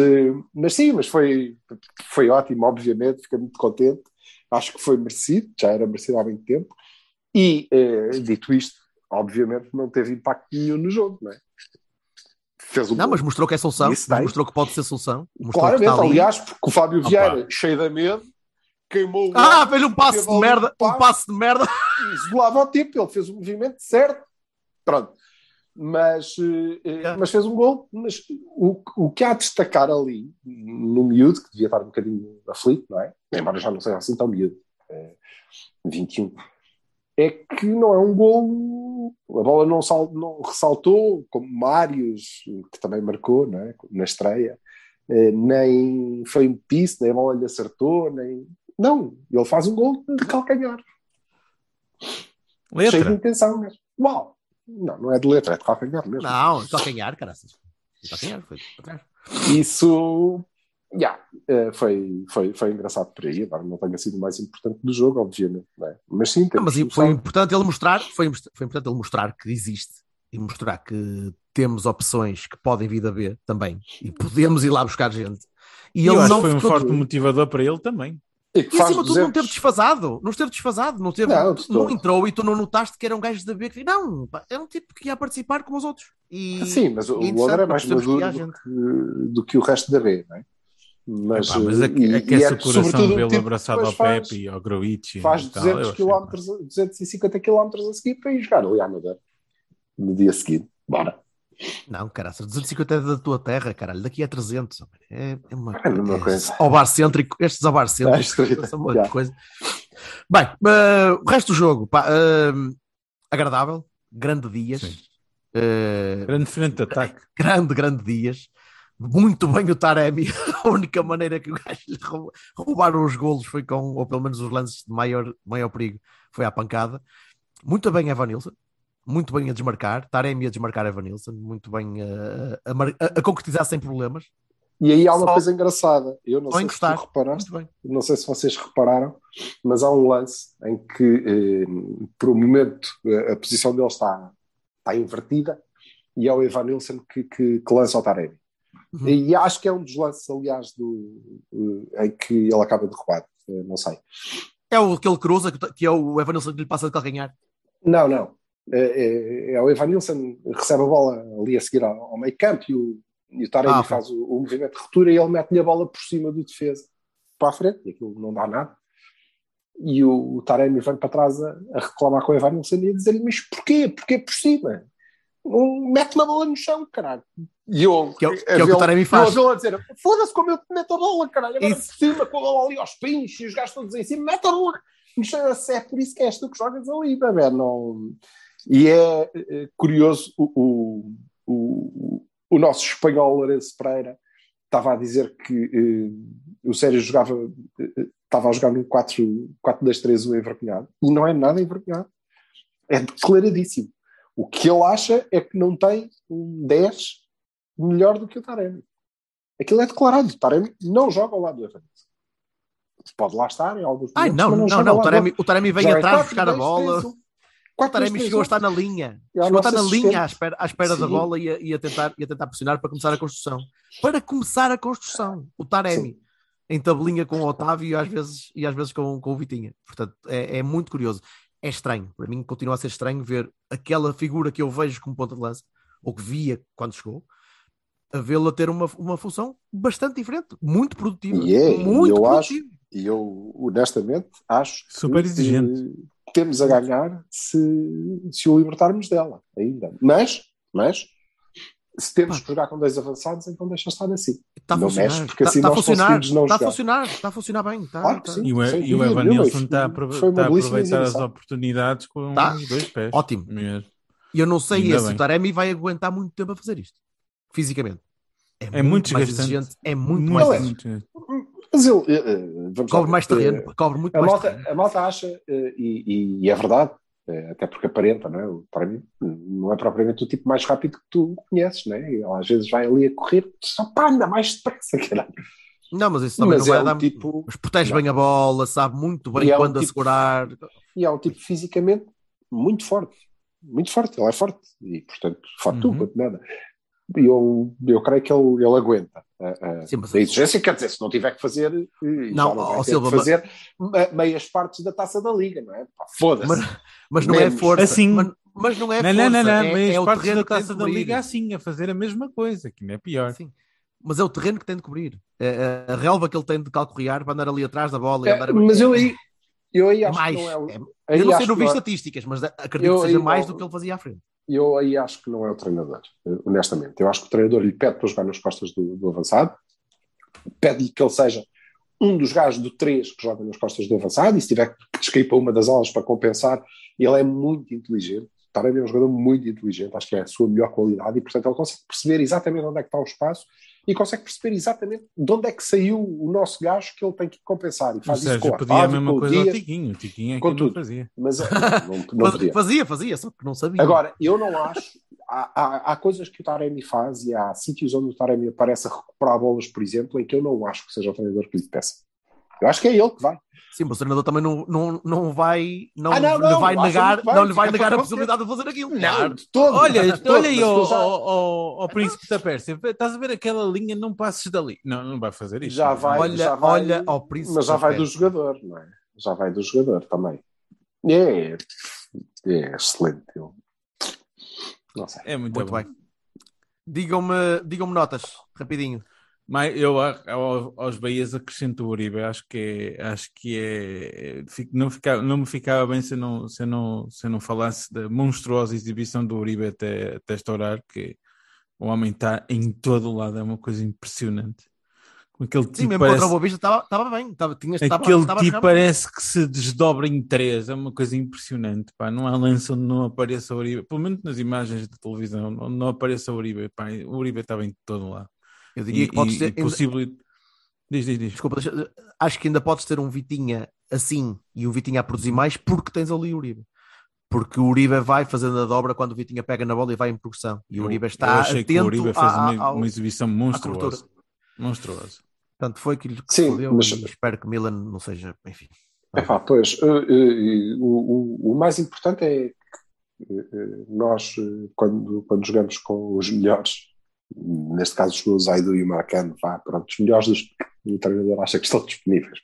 foi ótimo, obviamente, fiquei muito contente. Acho que foi merecido, já era merecido há muito tempo. E, dito isto, obviamente não teve impacto nenhum no jogo, não é? Mas mostrou que é solução, mostrou que pode ser solução. Claramente, aliás, porque o Fábio Vieira, cheio de medo, queimou o... fez um passe de merda, e isolava o tipo, ele fez o movimento certo, pronto. Mas fez um gol. Mas o que há a destacar ali, no miúdo, que devia estar um bocadinho aflito, não é? Embora já não seja assim tão miúdo, 21, é que não é um gol, a bola não ressaltou, como Mários, que também marcou, não é? Na estreia, nem foi um piso, nem a bola lhe acertou, não, ele faz um gol de calcanhar. Cheio de intenção mesmo. Uau! Não é de letra, é de calcanhar mesmo. Não, de calcanhar, caraças. De calcanhar, foi para trás. Isso, foi engraçado por aí. Agora não tenha sido o mais importante do jogo, obviamente, não é? Mas sim, mas foi importante ele mostrar que existe e mostrar que temos opções que podem vir a ver também e podemos ir lá buscar gente. E ele não foi um forte motivador para ele também. E acima de tudo não esteve desfasado, não entrou e tu não notaste que era um gajo da B que não, é um tipo que ia participar como os outros. Sim, mas o Lodra é mais maduro do que o resto da B, não é? Mas aquece o coração de vê-lo abraçado ao Pepe e ao Gruitch. Faz 250 km a seguir para ir jogar ali à Madeira no dia seguinte, bora. Não, caraca, 250 é da tua terra, caralho, daqui a 300. É uma coisa. Ao bar cêntrico, estes ao bar cêntrico, são uma coisa. Bem, o resto do jogo, agradável, grande Dias. Grande frente de ataque. Grande Dias. Muito bem o Taremi. A única maneira que o gajo lhe roubaram os golos foi ou pelo menos os lances de maior perigo, foi à pancada. Muito bem Evanilson. Muito bem a desmarcar, Taremi a desmarcar Evanilson, muito bem a concretizar sem problemas. E aí há uma coisa engraçada, eu não sei se tu reparaste, não sei se vocês repararam, mas há um lance em que, por um momento, a posição dele está invertida e é o Evanilson que lança o Taremi. Uhum. E acho que é um dos lances, aliás, em que ele acaba derrubado, não sei. É aquele cruza que é o Evanilson que lhe passa de calcanhar? Não. É o Evanilson recebe a bola ali a seguir ao meio campo e o Taremi faz o movimento de ruptura e ele mete-lhe a bola por cima do defesa para a frente e aquilo não dá nada e o Taremi vem para trás a reclamar com o Evanilson e a dizer-lhe, mas porquê? Porquê por cima? Mete-me a bola no chão, caralho. E eu que é o que o Taremi faz. Eu a dizer, foda-se como eu te meto a bola, caralho, agora por cima com a bola ali aos pinchos e os gajos todos em cima, mete a bola no chão. É por isso que és tu que jogas ali, bebê, não... E é curioso, o nosso espanhol Lourenço Pereira estava a dizer que o Sérgio estava a jogar num 4-2-3-1 envergonhado, e não é nada envergonhado, é declaradíssimo. O que ele acha é que não tem um 10 melhor do que o Taremi. Aquilo é declarado, o Taremi não joga ao lado do Evanilson. Pode lá estar em alguns momentos, não, o Taremi vem atrás buscar a bola. O Taremi chegou a estar na linha. Chegou a estar na linha à espera da bola e a tentar pressionar para começar a construção. Para começar a construção. O Taremi. Sim. Em tabelinha com o Otávio e às vezes com o Vitinha. Portanto, é muito curioso. É estranho. Para mim continua a ser estranho ver aquela figura que eu vejo como ponta de lança, ou que via quando chegou, a vê-la ter uma função bastante diferente. Muito produtiva. Muito produtiva. E eu, honestamente, acho super exigente. Temos a ganhar se o libertarmos dela ainda. Mas se temos que jogar com 2 avançados, então deixa estar assim. Está a funcionar. Mexe, porque assim nós conseguimos não jogar. Está a funcionar bem. Claro que sim, e o Evanilson está a aproveitar as oportunidades com os 2 pés. Ótimo. E eu não sei se o Taremi vai aguentar muito tempo a fazer isto. Fisicamente. É muito exigente. É muito mais exigente. Mas cobre mais terreno, cobre muito mais terreno. A malta acha, e é verdade, até porque aparenta, não é? O Taremi não é propriamente o tipo mais rápido que tu conheces, não é? Ele às vezes vai ali a correr, só para anda mais depressa, caralho. Não, mas isso também não vai dar tipo... Mas protege bem a bola, sabe muito bem quando assegurar. E é um tipo fisicamente muito forte. Muito forte, ele é forte. E, portanto, forte tu, quanto nada. Eu creio que ele aguenta a exigência, quer dizer, se não tiver que fazer fazer meias partes da Taça da Liga, não é? Pá, foda-se. Mas não é força. Assim, mas não é força. Não. Meias partes da Taça da Liga assim, a fazer a mesma coisa, que não é pior. Sim. Mas é o terreno que tem de cobrir. A relva que ele tem de calcorrear para andar ali atrás da bola. Mas eu aí acho mais, que não é... Eu não sei, não vi estatísticas, mas acredito que seja mais do que ele fazia à frente. Eu aí acho que não é o treinador, honestamente. Eu acho que o treinador lhe pede para jogar nas costas do avançado, pede-lhe que ele seja um dos gajos do 3 que joga nas costas do avançado, e se tiver que descair para uma das alas para compensar, ele é muito inteligente. O Taremi é um jogador muito inteligente, acho que é a sua melhor qualidade, e portanto ele consegue perceber exatamente onde é que está o espaço e consegue perceber exatamente de onde é que saiu o nosso gajo que ele tem que compensar. E faz isso com podia a mesma coisa ao Tiquinho. O Tiquinho é que não fazia. Mas não podia. Fazia, só que não sabia. Agora, eu não acho... Há coisas que o Taremi faz e há sítios onde o Taremi aparece a recuperar bolas, por exemplo, em que eu não acho que seja o treinador que lhe peça. Eu acho que é ele que vai. Sim, mas o treinador também não vai lhe vai negar a possibilidade de fazer aquilo. Não, de todo. Olha aí o Príncipe da Pérsia. Estás a ver aquela linha, não passes dali. Não vai fazer isso. Olha ao Príncipe. Mas já vai do jogador, não é? Já vai do jogador também. É excelente. Não sei. É muito bem. Digam-me notas, rapidinho. Mas eu aos Bahias acrescento o Uribe. Acho que não me ficava bem se eu não falasse da monstruosa exibição do Uribe até estourar, que o homem está em todo o lado, é uma coisa impressionante. Aquele tipo, sim, mesmo contra o Boa Vista estava bem. Aquele tipo parece que se desdobra em 3, é uma coisa impressionante. Pá. Não há lance onde não apareça o Uribe, pelo menos nas imagens de televisão, onde não apareça o Uribe. Pá. O Uribe estava em todo o lado. Eu diria que podes ter... Diz. Desculpa, acho que ainda podes ter um Vitinha assim e um Vitinha a produzir mais porque tens ali o Uribe. Porque o Uribe vai fazendo a dobra quando o Vitinha pega na bola e vai em progressão. E o Uribe está atento que o Uribe fez uma exibição monstruosa. Portanto, foi aquilo que se fodeu, mas... e espero que Milan não seja, enfim. Pois, o mais importante é que nós, quando jogamos com os melhores, neste caso o Zaidu e o Marcano, os melhores do treinador acha que estão disponíveis.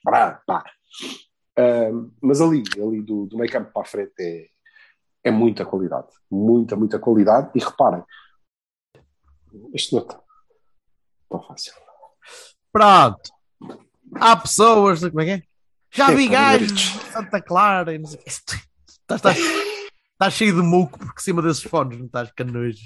Mas ali do meio campo para a frente é muita qualidade. Muita qualidade. E reparem, isto não está tão fácil. Pronto. Há pessoas, como é que é? Já vi gajos de Santa Clara e não sei o que. Estás cheio de muco por cima desses fones, não estás canojo?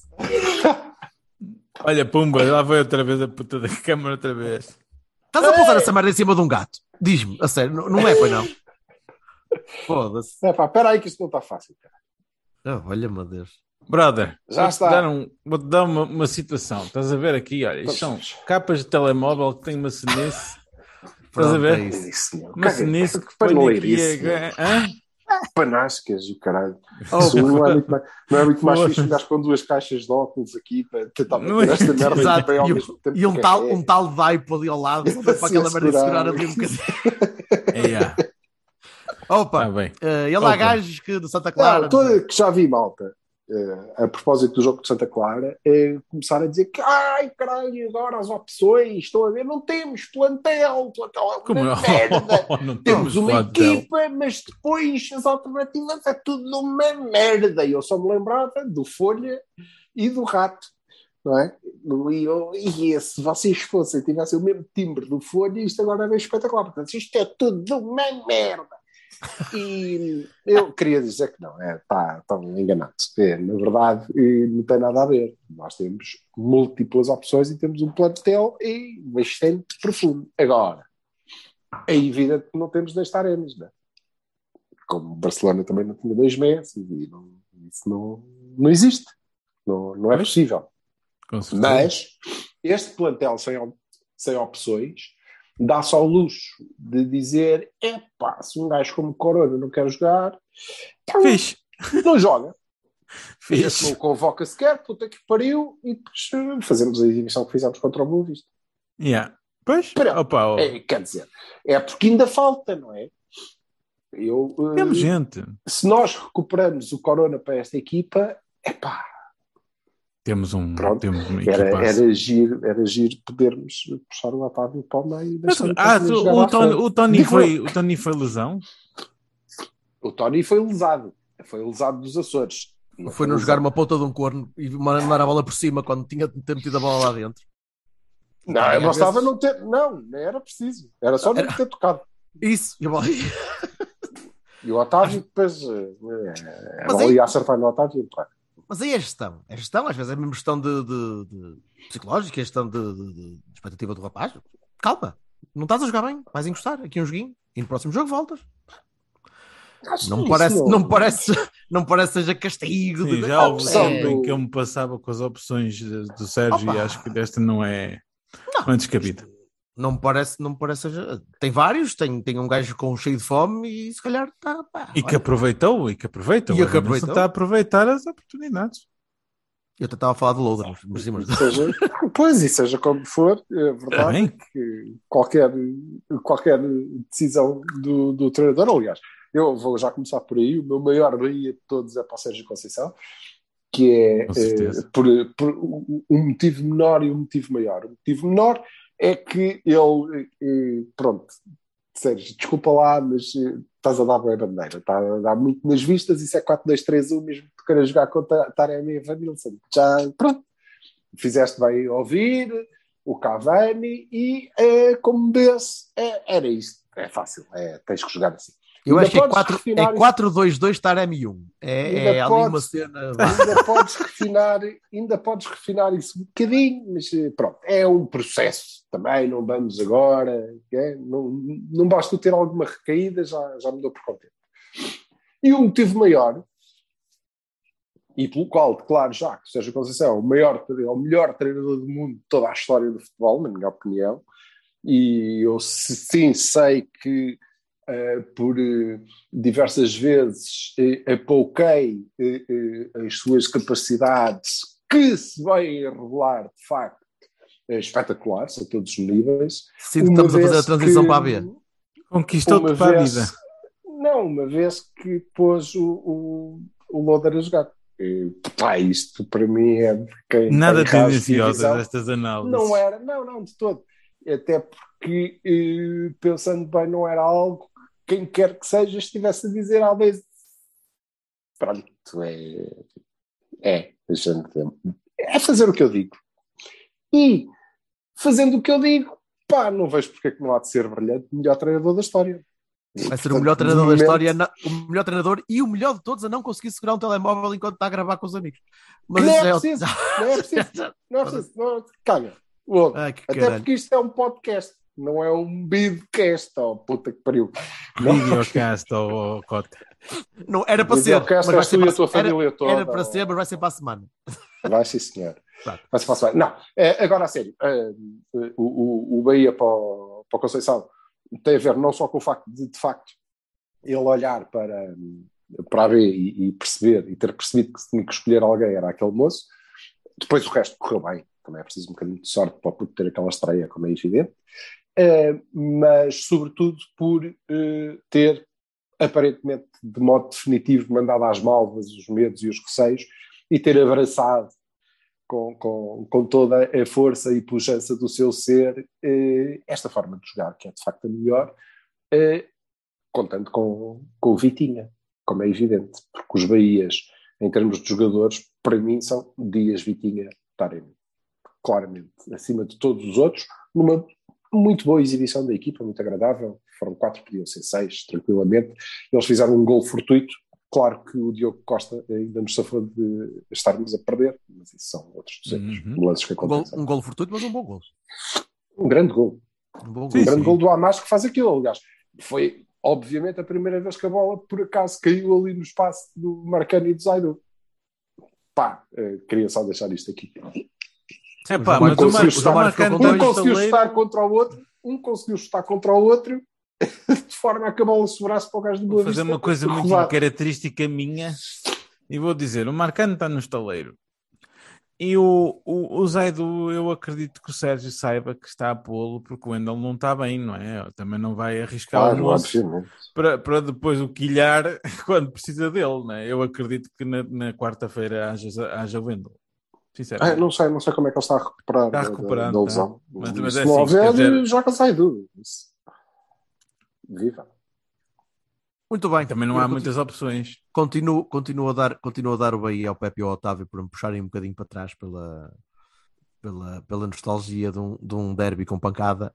Olha, pumba, lá vai outra vez a puta da câmara outra vez. Estás a pousar essa merda em cima de um gato? Diz-me, a sério, não é, pois não? Foda-se. Espera aí que isto não está fácil, cara. Olha, meu Deus. Brother, já está. Vou-te dar uma situação. Estás a ver aqui, olha, isto são capas de telemóvel que têm uma cenice. Estás a ver? É isso, uma cenice que põe aqui. Panascas e o caralho. Não é muito mais fixe jogar com 2 caixas de óculos aqui para tentar meter esta merda. Exato. E um tal Daipo ali ao lado para aquela merda segurar ali um bocadinho. Opa, Ah, bem. ele Opa. há gajos que de Santa Clara. Que já vi malta, a propósito do jogo de Santa Clara, começar a dizer que, ai, caralho, agora as opções, estão a ver, não temos plantel é Como uma não? merda. Não Temos uma plantel. equipa, mas depois as alternativas é tudo uma merda. E eu só me lembrava do Folha e do Rato, não é? E se vocês tivessem o mesmo timbre do Folha, isto agora era espetacular. Portanto, isto é tudo uma merda. E eu queria dizer que não, estão enganados. Na verdade, não tem nada a ver. Nós temos múltiplas opções e temos um plantel bastante profundo. Agora, é evidente que não temos dois Tarenas, não é? Como o Barcelona também não tinha dois Messi, e isso não existe. Não é possível. Com certeza. Mas este plantel sem opções dá-se ao luxo de dizer: se um gajo como Corona não quer jogar, Fixe. não joga. Fixe. Não convoca sequer, puta que pariu, e depois fazemos a exibição que fizemos contra o Boa Vista. Yeah. Pois, Pronto. opa, Quer dizer, é porque ainda falta, não é? temos gente. Se nós recuperamos o Corona para esta equipa, Temos uma era giro podermos puxar o Otávio para o meio. O Tony foi lesão? O Tony foi lesado. Foi lesado dos Açores. Foi não jogar uma ponta de um corno e mandar a bola por cima quando tinha de ter metido a bola lá dentro. Não, bastava não ter. Não, nem era preciso. Era só não ter tocado. Isso. E o Otávio depois a bola ia acertar no Otávio e entrar. Mas aí é gestão. É gestão, às vezes é mesmo gestão de psicológica, é gestão de expectativa do rapaz. Calma, não estás a jogar bem, vais encostar aqui um joguinho e no próximo jogo voltas. Não parece seja castigo. Sim, já houve em que eu me passava com as opções do Sérgio e acho que desta não é descabida. Não me parece seja. Tem vários, tem um gajo com cheio de fome e se calhar está. Que aproveitou. Não está a aproveitar as oportunidades. Eu até estava a falar de Loader, E seja como for, é verdade que qualquer decisão do treinador, aliás, eu vou já começar por aí, o meu maior Bahia de todos é para o Sérgio Conceição, que é por um motivo menor e um motivo maior. O motivo menor é que ele, pronto, Sérgio, desculpa lá, mas estás a dar boa bandeira, está a dar muito nas vistas, isso é 4-2-3-1, mesmo que tu queiras jogar contra Taremi e Vanilson. Já, pronto, fizeste bem ouvir o Cavani e, como desse, era isto, é fácil, tens que jogar assim. Eu acho que é 4-2-2 Taremi 1. É ali uma cena. Ainda podes refinar isso um bocadinho, mas pronto, é um processo também, não vamos agora, não basta ter alguma recaída, já me dou por contente. E o motivo maior, e pelo qual declaro já que o Sérgio Conceição é o melhor treinador do mundo de toda a história do futebol, na minha opinião, e eu sim sei que por diversas vezes apouquei as suas capacidades, que se vêm a revelar de facto espetaculares a todos os níveis. Sinto que estamos a fazer a transição para a B. Conquistou-te para a vida. Não, uma vez que pôs o Loader a jogar. Isto para mim é quem nada tendenciosa destas análises. Não era, não, de todo. Até porque, pensando bem, não era algo que quem quer que seja estivesse a dizer há vezes. Pronto, é fazer o que eu digo. E, fazendo o que eu digo, não vejo porque é que não há de ser brilhante o melhor treinador da história. Vai ser o melhor treinador da história, o melhor treinador e o melhor de todos a não conseguir segurar um telemóvel enquanto está a gravar com os amigos. Mas não é preciso. Calma. Até porque isto é um podcast, não é um bidcast, puta que pariu. Videocast, Cota. Não, era para ser. Mas vai ser para a família toda. Era para ser, mas vai ser para a semana. Vai sim, senhor. Vai ser para a semana. Não, agora a sério, o Bahia para o Conceição tem a ver não só com o facto de facto, ele olhar para a B e perceber, e ter percebido que se tinha que escolher alguém era aquele moço, depois o resto correu bem. Também é preciso um bocadinho de sorte para poder ter aquela estreia, como é evidente, mas sobretudo por ter aparentemente de modo definitivo mandado às malvas os medos e os receios e ter abraçado com toda a força e pujança do seu ser esta forma de jogar, que é de facto a melhor, contando com o Vitinha, como é evidente, porque os Bahias, em termos de jogadores, para mim são Dias, Vitinha, Taremi, claramente, acima de todos os outros, numa muito boa exibição da equipa, muito agradável. Foram 4, podiam ser 6, tranquilamente. Eles fizeram um gol fortuito. Claro que o Diogo Costa ainda nos safou de estarmos a perder, mas isso são outros 200 lances que acontecem. Um gol fortuito, mas um bom gol. Um grande gol. Um grande gol do Hamas que faz aquilo, aliás. Foi, obviamente, a primeira vez que a bola, por acaso, caiu ali no espaço do Marcano e do Zaidu. Pá, queria só deixar isto aqui. Mas um conseguiu chutar contra o outro, de forma a que a bola sobrasse para o gajo do Boa Vista. Vou fazer uma coisa muito característica minha e vou dizer, o Marcano está no estaleiro e o Zaidu, eu acredito que o Sérgio saiba que está a pô-lo porque o Wendel não está bem, não é? Também não vai arriscar o moço para depois o quilhar quando precisa dele, não é? Eu acredito que na quarta-feira haja o Wendel. Não sei como é que ele está a recuperar da lesão. Mas se é não assim, houver, joga Zaidu. Viva. Muito bem. Também não há muitas opções. Continuo a dar o Bahia ao Pepe e ao Otávio para me puxarem um bocadinho para trás pela nostalgia de um derby com pancada.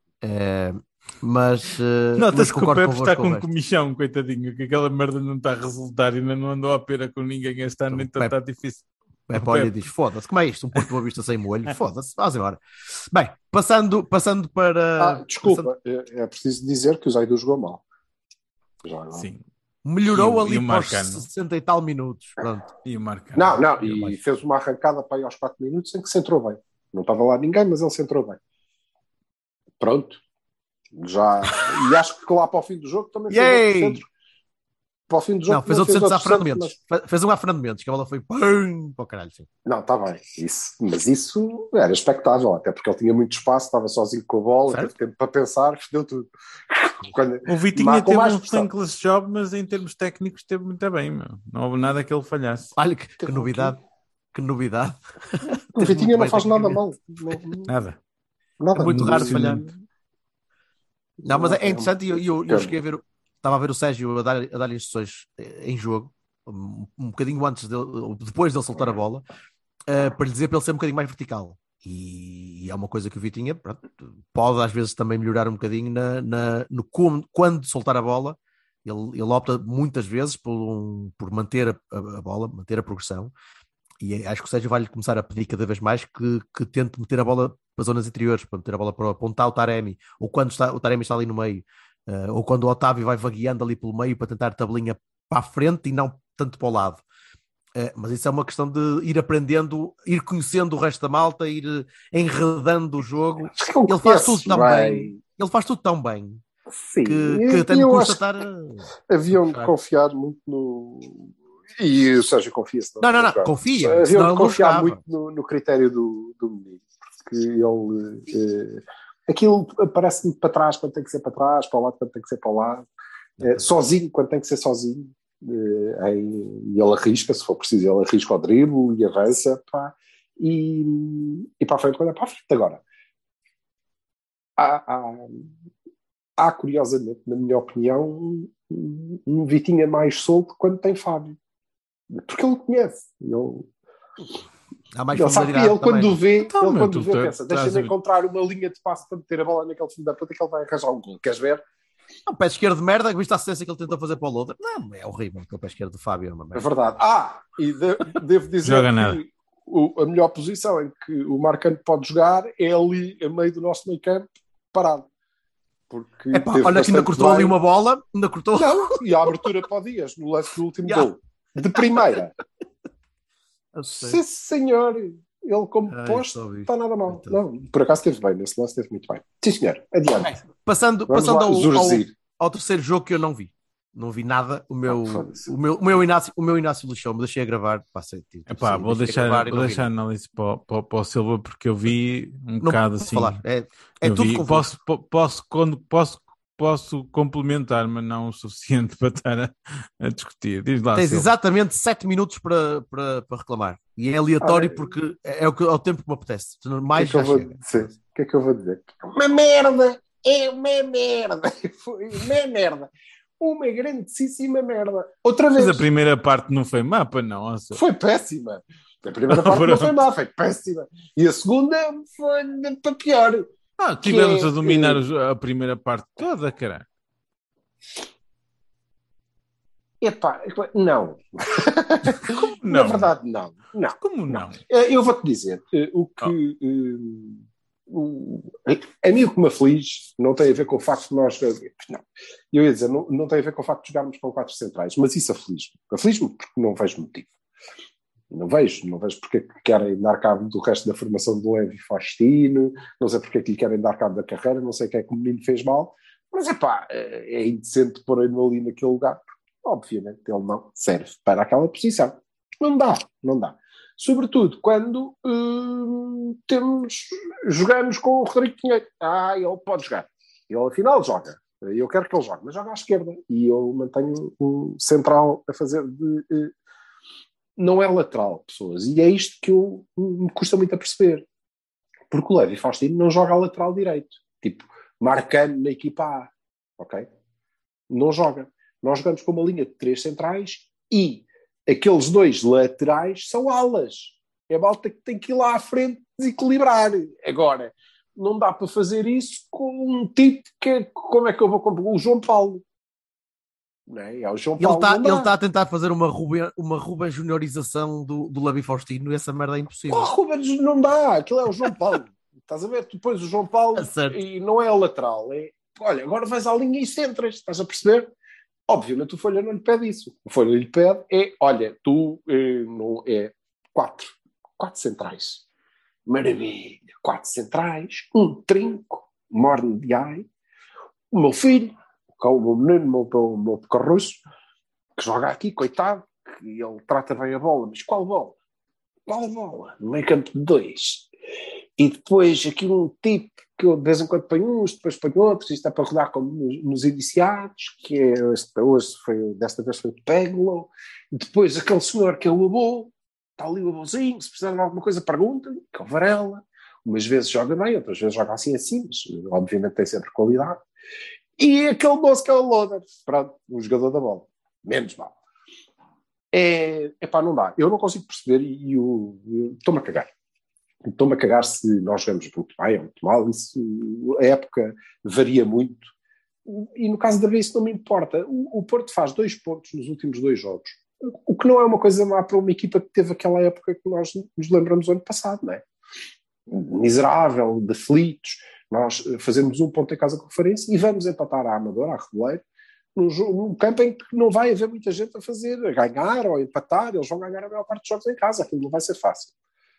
Mas nota-se que o Pepe está com comichão, coitadinho, que aquela merda não está a resultar e ainda não andou à pera com ninguém este ano, então está difícil. Pepe olha e diz, foda-se, como é isto? Um Porto Boa Vista sem molho? Foda-se, vamos embora. Bem, passando para... Desculpa, é preciso dizer que o Zaidu jogou mal. Sim. Melhorou ali para os 60 e tal minutos. Pronto. E o Marcano. E fez uma arrancada para aí aos 4 minutos em que se entrou bem. Não estava lá ninguém, mas ele se entrou bem. Pronto. E acho que lá para o fim do jogo também fez o centro. Para o fim do jogo, não, fez outro centro a Fernando Mendes. Fez um a Fernando Mendes, que a bola foi pum, para o caralho. Sim. Não, está bem. Mas isso era expectável, até porque ele tinha muito espaço, estava sozinho com a bola, teve tempo para pensar, deu tudo. O Vitinha teve um thankless job, mas em termos técnicos esteve muito bem, meu. Não houve nada que ele falhasse. Olha, que novidade. Que novidade. O Vitinha não faz nada mal. Nada. É muito raro falhar. Não, mas é interessante e eu cheguei a ver... Estava a ver o Sérgio a dar instruções em jogo, um bocadinho antes depois dele soltar a bola, para lhe dizer para ele ser um bocadinho mais vertical. E é uma coisa que o Vitinha pode às vezes também melhorar um bocadinho quando soltar a bola. Ele opta muitas vezes por manter a bola, manter a progressão. E acho que o Sérgio vai-lhe começar a pedir cada vez mais que tente meter a bola para as zonas interiores, para meter a bola para apontar o Taremi, ou quando o Taremi está ali no meio. Ou quando o Otávio vai vagueando ali pelo meio para tentar tabelinha para a frente e não tanto para o lado. Mas isso é uma questão de ir aprendendo, ir conhecendo o resto da malta, ir enredando o jogo. Ele faz tudo tão bem. Ele faz tudo tão bem. Sim. Que até me custa estar... Haviam de confiar muito no... E o Sérgio confia-se. Não, confia. Haviam de confiar muito no critério do menino. Porque ele... Aquilo parece-me para trás quando tem que ser para trás, para o lado quando tem que ser para o lado, sozinho quando tem que ser sozinho, e ele arrisca, se for preciso, ele arrisca o drible e avança, e para a frente quando é para a frente. Agora, há curiosamente, na minha opinião, um Vitinha mais solto quando tem Fábio, porque ele conhece, ele sabe que ele quando vê, pensa, deixa-me encontrar uma linha de passe para meter a bola naquele filho da puta que ele vai arranjar um gol. Queres ver? Um pé esquerdo de merda, viste a assistência que ele tentou fazer para o Loader? Não, é horrível aquele pé esquerdo do Fábio. É verdade. E devo dizer que a melhor posição em que o Marcano pode jogar é ali a meio do nosso meio campo, parado. Porque olha que ainda cortou ali uma bola, ainda cortou. Não, e a abertura para o Dias no lance do último gol. De primeira. Sim, senhor. Ele como posto está nada mal. Não, por acaso esteve bem, nesse lance esteve muito bem. Sim, senhor. Adiante. Passando ao terceiro jogo que eu não vi. Não vi nada. O meu Inácio lixou-me. Deixei a gravar. Vou deixar a análise para o Silva porque eu vi um bocado assim. Falar. É tudo vi. Posso posso complementar, mas não o suficiente para estar a discutir. Diz lá, Tens Silva. exatamente 7 minutos para reclamar. E é aleatório porque é o tempo que me apetece. Mais já chega. O que é que eu vou dizer? Uma merda! É uma merda! Foi uma merda! Uma grandíssima merda! Outra vez! Mas a primeira parte não foi má, para não. Foi péssima! A primeira parte não foi má, foi péssima. E a segunda foi para pior. Tivemos a dominar a primeira parte toda, caralho. Epá, não. Como não? Na verdade, não. Como não? Eu vou-te dizer, a mim o que me aflige não tem a ver com o facto de nós... Não. Eu ia dizer, não tem a ver com o facto de jogarmos com 4 centrais, mas isso aflige-me. Aflige-me porque não vejo motivo. Não vejo porque é que querem dar cabo do resto da formação do Levi Faustino, não sei porque é que lhe querem dar cabo da carreira, não sei o que é que o menino fez mal, mas é indecente pôr-no ali naquele lugar, porque obviamente ele não serve para aquela posição. Não dá. Sobretudo quando jogamos com o Rodrigo Pinheiro. Ele pode jogar. Ele afinal joga. Eu quero que ele jogue, mas joga à esquerda. E eu mantenho um central a fazer de... não é lateral, pessoas. E é isto que me custa muito a perceber. Porque o Levi Faustino não joga a lateral direito. Tipo, marcando na equipa A. Ok? Não joga. Nós jogamos com uma linha de 3 centrais e aqueles 2 laterais são alas. É a malta que tem que ir lá à frente desequilibrar. Agora, não dá para fazer isso com um tipo que é... Como é que eu vou comprar? O João Paulo. Não é o João Paulo. Ele está a tentar fazer uma Ruben juniorização do Levi Faustino e essa merda é impossível. Ruben não dá. Aquilo é o João Paulo. Estás a ver? Tu pões o João Paulo e não é a lateral. Olha, agora vais à linha e centras. Estás a perceber? Obviamente o Folha não lhe pede isso. O Folha lhe pede olha, tu não é 4 centrais. Maravilha. 4 centrais, um trinco, morne de ai, o meu filho, o meu menino, o meu pecarruço, que joga aqui, coitado, que ele trata bem a bola, mas qual bola? Qual bola? No meio campo de 2. E depois aqui um tipo que eu de vez em quando ponho uns, depois ponho outros, isto é para rodar como nos iniciados, que é desta vez foi o Peglo, e depois aquele senhor que é o Abô, está ali o Abôzinho, se precisar de alguma coisa pergunta, que é o Varela, umas vezes joga bem, outras vezes joga assim, mas obviamente tem sempre qualidade. E aquele moço que é o Loader, pronto, um jogador da bola, menos mal. Não dá, eu não consigo perceber e estou-me a cagar. Estou-me a cagar se nós jogamos muito bem ou muito mal, isso, a época varia muito. E no caso da vez isso não me importa. O Porto faz 2 pontos nos últimos 2 jogos, o que não é uma coisa má para uma equipa que teve aquela época que nós nos lembramos do ano passado, não é? Miserável, de aflitos, nós fazemos 1 ponto em casa com a Farense e vamos empatar à Amadora, à Reboleiro, num campo em que não vai haver muita gente a ganhar ou empatar, eles vão ganhar a maior parte dos jogos em casa, aquilo não vai ser fácil.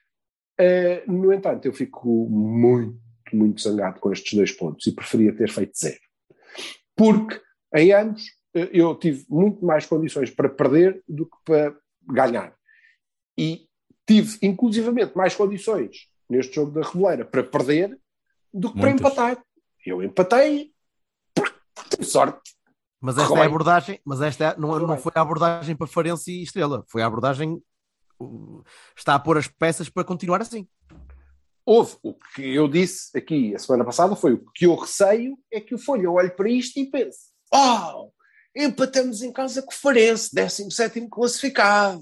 No entanto, eu fico muito, muito zangado com estes 2 pontos e preferia ter feito 0. Porque em ambos eu tive muito mais condições para perder do que para ganhar. E tive, inclusivamente, mais condições neste jogo da Reboleira para perder do que para empatar. Eu empatei, tive sorte. Mas esta é a abordagem, não foi a abordagem para Farense e Estrela, foi a abordagem, está a pôr as peças para continuar assim. O que eu disse aqui a semana passada foi o que eu receio é que o Folha olhe para isto e pense: empatamos em casa com o Farense, 17º classificado.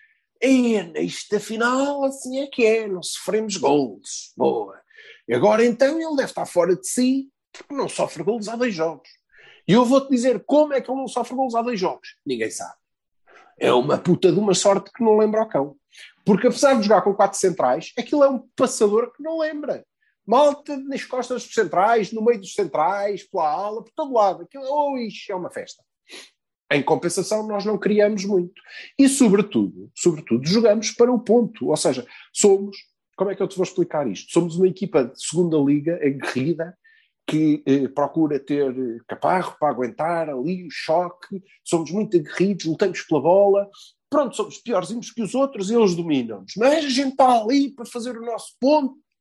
Isto afinal assim é que é, não sofremos golos. Boa. E agora então ele deve estar fora de si porque não sofre golos há 2 jogos. E eu vou-te dizer como é que ele não sofre golos há 2 jogos. Ninguém sabe. É uma puta de uma sorte que não lembra ao cão. Porque apesar de jogar com 4 centrais, aquilo é um passador que não lembra. Malta nas costas dos centrais, no meio dos centrais, pela ala, por todo lado. Aquilo é uma festa. Em compensação, nós não criamos muito. E, sobretudo, jogamos para o ponto. Ou seja, somos... Como é que eu te vou explicar isto? Somos uma equipa de segunda liga, aguerrida, que procura ter caparro para aguentar ali o choque. Somos muito aguerridos, lutamos pela bola. Pronto, somos piorzinhos que os outros e eles dominam-nos. Mas a gente está ali para fazer o nosso ponto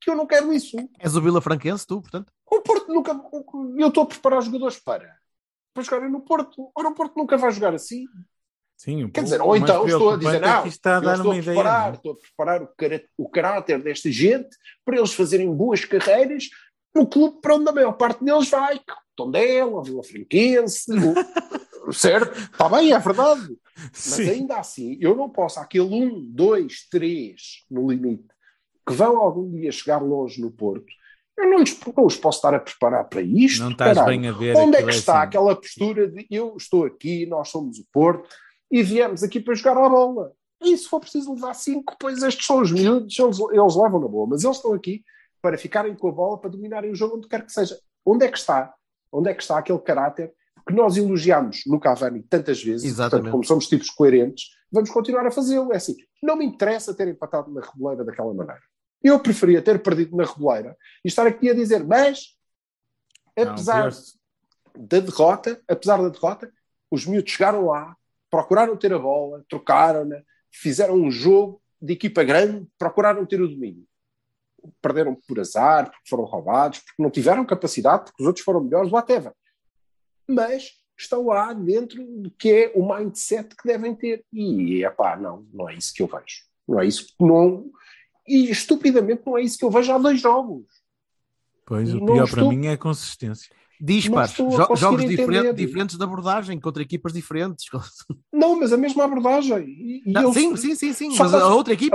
que eu não quero isso. És o Vila Franquense, tu, portanto? O Porto nunca... Eu estou a preparar os jogadores para jogarem no Porto. Ora, o Porto nunca vai jogar assim. Sim, Quer dizer, ou então estou a dizer, não, está a dar uma ideia, estou a preparar o caráter desta gente para eles fazerem boas carreiras no clube para onde a maior parte deles vai, Tondela, Vila Franquense, certo? Está bem, é verdade. Mas ainda assim, eu não posso, aquele 1, 2, 3 no limite, que vão algum dia chegar longe no Porto, eu não os posso estar a preparar para isto. Não estás bem a ver. Onde é que está aquela postura de eu estou aqui, nós somos o Porto, e viemos aqui para jogar à bola. E se for preciso levar 5, pois estes são os miúdos, eles levam na boa. Mas eles estão aqui para ficarem com a bola, para dominarem o jogo onde quer que seja. Onde é que está? Onde é que está aquele caráter que nós elogiamos no Cavani tantas vezes? Portanto, como somos tipos coerentes, vamos continuar a fazê-lo. É assim, não me interessa ter empatado na Reboleira daquela maneira. Eu preferia ter perdido na Reboleira e estar aqui a dizer, mas apesar da derrota, os miúdos chegaram lá, procuraram ter a bola, trocaram-na, fizeram um jogo de equipa grande, procuraram ter o domínio. Perderam por azar, porque foram roubados, porque não tiveram capacidade, porque os outros foram melhores, whatever. Mas estão lá dentro do que é o mindset que devem ter. E, não é isso que eu vejo. Não é isso que não... E, estupidamente, não é isso que eu vejo há 2 jogos. Pois, o pior para mim é a consistência. Dispares, jogos diferentes de abordagem, contra equipas diferentes. Não, mas a mesma abordagem. Sim, mas a outra equipa...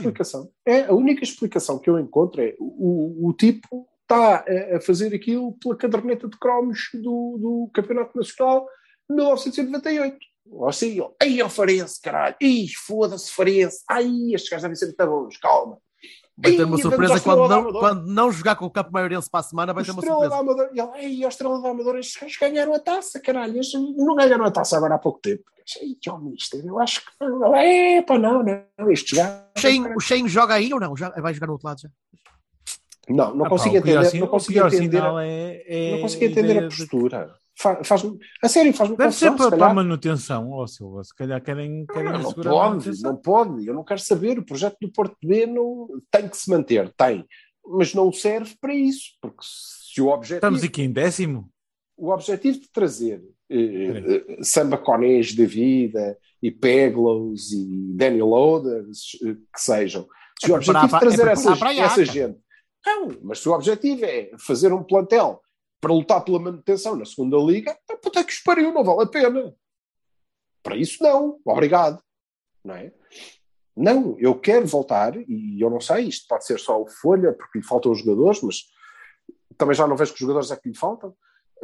A única explicação que eu encontro é o tipo está a fazer aquilo pela caderneta de cromos do Campeonato Nacional de 1998. Ou assim, ai, o Farense, caralho, foda-se Farense, ai, estes gajos devem ser muito bons, calma. Vai ter uma surpresa quando não jogar com o Campo Maiorense para a semana, vai ter uma surpresa. A Estrela da Amadora, estes gajos ganharam a taça, caralho, eles não ganharam a taça agora há pouco tempo. Eu acho que não, estes gajos... O Shein joga aí ou não? Vai jogar no outro lado já? Não consigo entender. Não consigo entender a postura. Faz-me confusão. Deve ser para a manutenção, Silva. Se calhar querem segurar a manutenção. Não pode. Eu não quero saber. O projeto do Porto B tem que se manter. Tem. Mas não serve para isso. Porque se o objetivo... Estamos aqui em 10º. O objetivo de trazer Samba Conés da vida e Peglows e Daniel Loaders, que sejam... Se o objetivo de trazer essa gente... Não, mas se o objetivo é fazer um plantel para lutar pela manutenção na segunda liga, puta que os pariu, não vale a pena. Para isso não, obrigado. Não é? Não, eu quero voltar, e eu não sei, isto pode ser só o Folha, porque lhe faltam os jogadores, mas também já não vejo que os jogadores é que lhe faltam.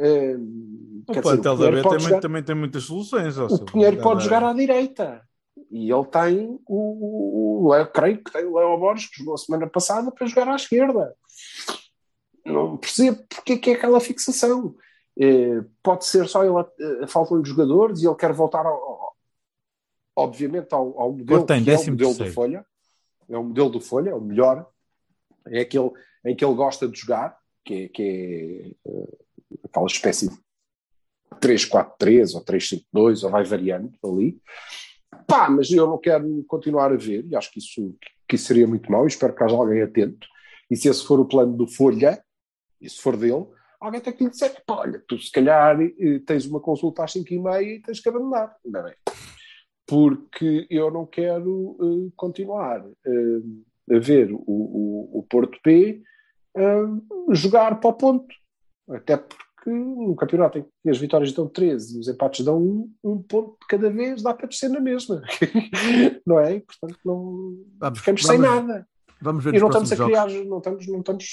O plantel da B também tem muitas soluções. O Pinheiro pode jogar à direita. E ele tem creio que tem o Léo Borges, que jogou a semana passada, para jogar à esquerda. Não percebo porque é que é aquela fixação. Pode ser só ele, faltam-lhe jogadores e ele quer voltar obviamente ao modelo que é o modelo do Folha. É o modelo do Folha, é o melhor. É aquele em que ele gosta de jogar, que é aquela espécie de 3-4-3 ou 3-5-2, ou vai variando ali. Mas eu não quero continuar a ver, e acho que isso seria muito mau, e espero que haja alguém atento, e se esse for o plano do Folha, e se for dele, alguém tem que lhe dizer, olha, tu se calhar tens uma consulta às 5h30 e tens que abandonar, não é? Porque eu não quero continuar a ver o Porto P jogar para o ponto, até porque no campeonato em que as vitórias dão 13 e os empates dão um ponto de cada vez, dá para descer na mesma. Não é? Portanto, ficamos sem nada. Vamos ver e não estamos a criar, não estamos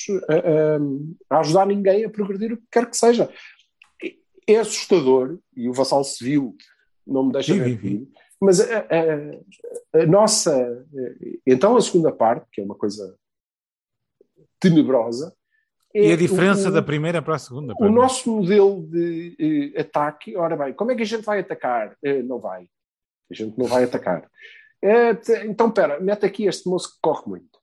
a ajudar ninguém a progredir o que quer que seja. É assustador, e o Vassal se viu, não me deixa mentir, mas a nossa... Então a segunda parte, que é uma coisa tenebrosa, e a diferença da primeira para a segunda? O nosso modelo de ataque, ora bem, como é que a gente vai atacar? Não vai. A gente não vai atacar. Então, espera, mete aqui este moço que corre muito.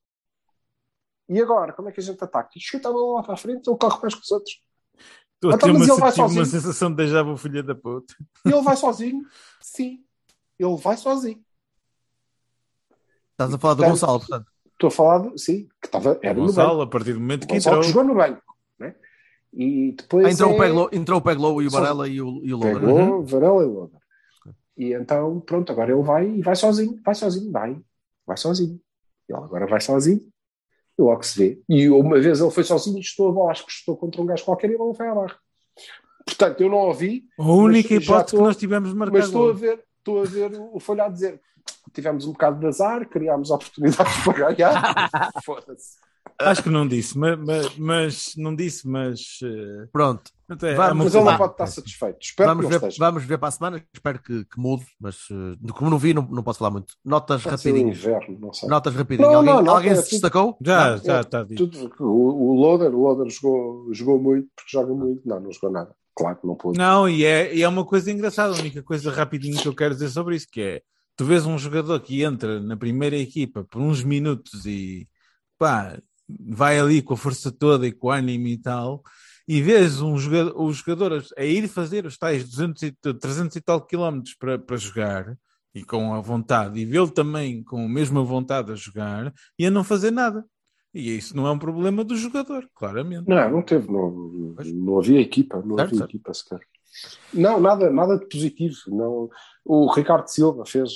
E agora, como é que a gente ataca? Chuta a bola lá para a frente, ele corre mais que os outros. Estou a ter uma sensação de déjà vu, filha da puta. E ele vai sozinho? Sim. Ele vai sozinho. Estás a falar do Gonçalo, portanto? Estou a falar, sim, que era no Gonçalo, banco. a partir do momento que Gonçalo entrou. que jogou no banco, né? E depois Entrou o Peglow e o Varela e o Loura. Pegou, Varela e Loura. E então, pronto, agora ele vai sozinho. Vai sozinho. Ele agora vai sozinho. E logo se vê. E uma vez ele foi sozinho e estou a bola, acho que estou contra um gajo qualquer e ele não foi à barra. Portanto, eu não ouvi. A única mas já hipótese que nós tivemos de marcar Mas estou a gol. ver o Folha a dizer: tivemos um bocado de azar, criámos oportunidades para ganhar. Foda-se. Acho que não disse, mas não disse, mas Pronto. Mas ele não pode estar satisfeito. Espero que não esteja. Vamos ver para a semana. Espero que mude, mas como não vi, não posso falar muito. Notas rapidinhas. Inverno, não sei. Notas rapidinho. Alguém se destacou? Já está dito. O Loader jogou muito, porque joga muito. Não jogou nada. Claro que não pôde. Não, e é uma coisa engraçada. A única coisa rapidinho que eu quero dizer sobre isso, que é, tu vês um jogador que entra na primeira equipa por uns minutos e pá, vai ali com a força toda e com o ânimo e tal, e vês os jogadores a ir fazer os tais 300 e tal quilómetros para jogar, e com a vontade, e vê-lo também com a mesma vontade a jogar, e a não fazer nada. E isso não é um problema do jogador, claramente. Não teve, não havia equipa, havia equipa sequer. Não, nada de positivo. Não. O Ricardo Silva fez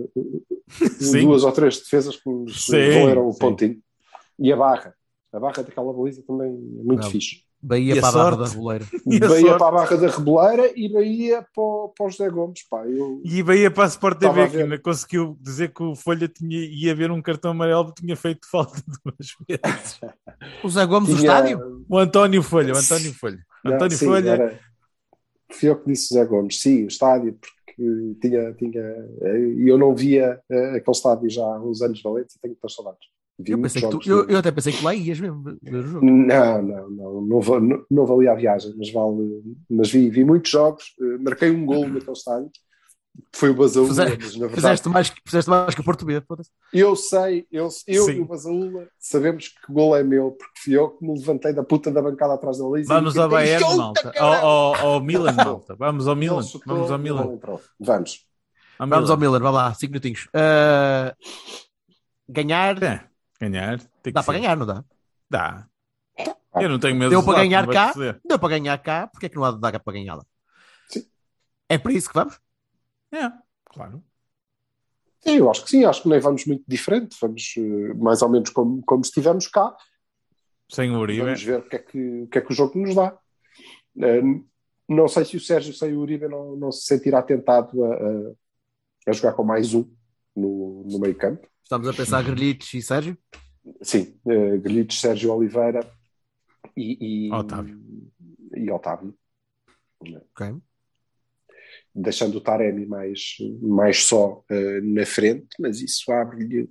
2 ou 3 defesas que nos valeram o pontinho. E a barra daquela baliza também é muito fixe. Bahia para a Barra da Reboleira. Bahia para a Barra da Reboleira e Bahia para o José Gomes. Pá, e Bahia para a Sport TV, que ainda conseguiu dizer que o Folha ia ver um cartão amarelo que tinha feito falta 2 vezes. O José Gomes do estádio? O António Folha. António Folha. Fui eu que disse José Gomes. Sim, o estádio, porque tinha eu não via aquele estádio já há uns anos valentes e tenho muitas saudades. Eu até pensei que lá ias mesmo ver o jogo. Não valia a viagem, mas vi muitos jogos, marquei um gol naquele estádio, foi o Basaúla, mas na verdade... Fizeste mais que o Porto B. Eu sei, eu e o Basaúla sabemos que o gol é meu, porque fui eu que me levantei da puta da bancada atrás da Lisa. Vamos ao Bayern, malta. Ao Milan, malta. Vamos ao Milan. Vamos ao Milan. Vamos ao Milan, vá lá, 5 minutinhos. Ganhar... Ganhar. Dá para ganhar, não dá? Dá. Eu não tenho medo Deu para ganhar cá. Deu para ganhar cá. Porque é que não há de dar para ganhá-la? Sim. É para isso que vamos? É, claro. Sim, eu acho que sim. Acho que nem vamos muito diferente. Vamos mais ou menos como estivemos cá. Sem o Uribe. Vamos ver o que é que o jogo nos dá. Não sei se o Sérgio sem o Uribe não se sentirá tentado a jogar com mais um no meio campo. Estamos a pensar Grealish e Sérgio? Sim, Grealish, Sérgio Oliveira e Otávio. Ok. Deixando o Taremi mais só na frente, mas isso abre-lhe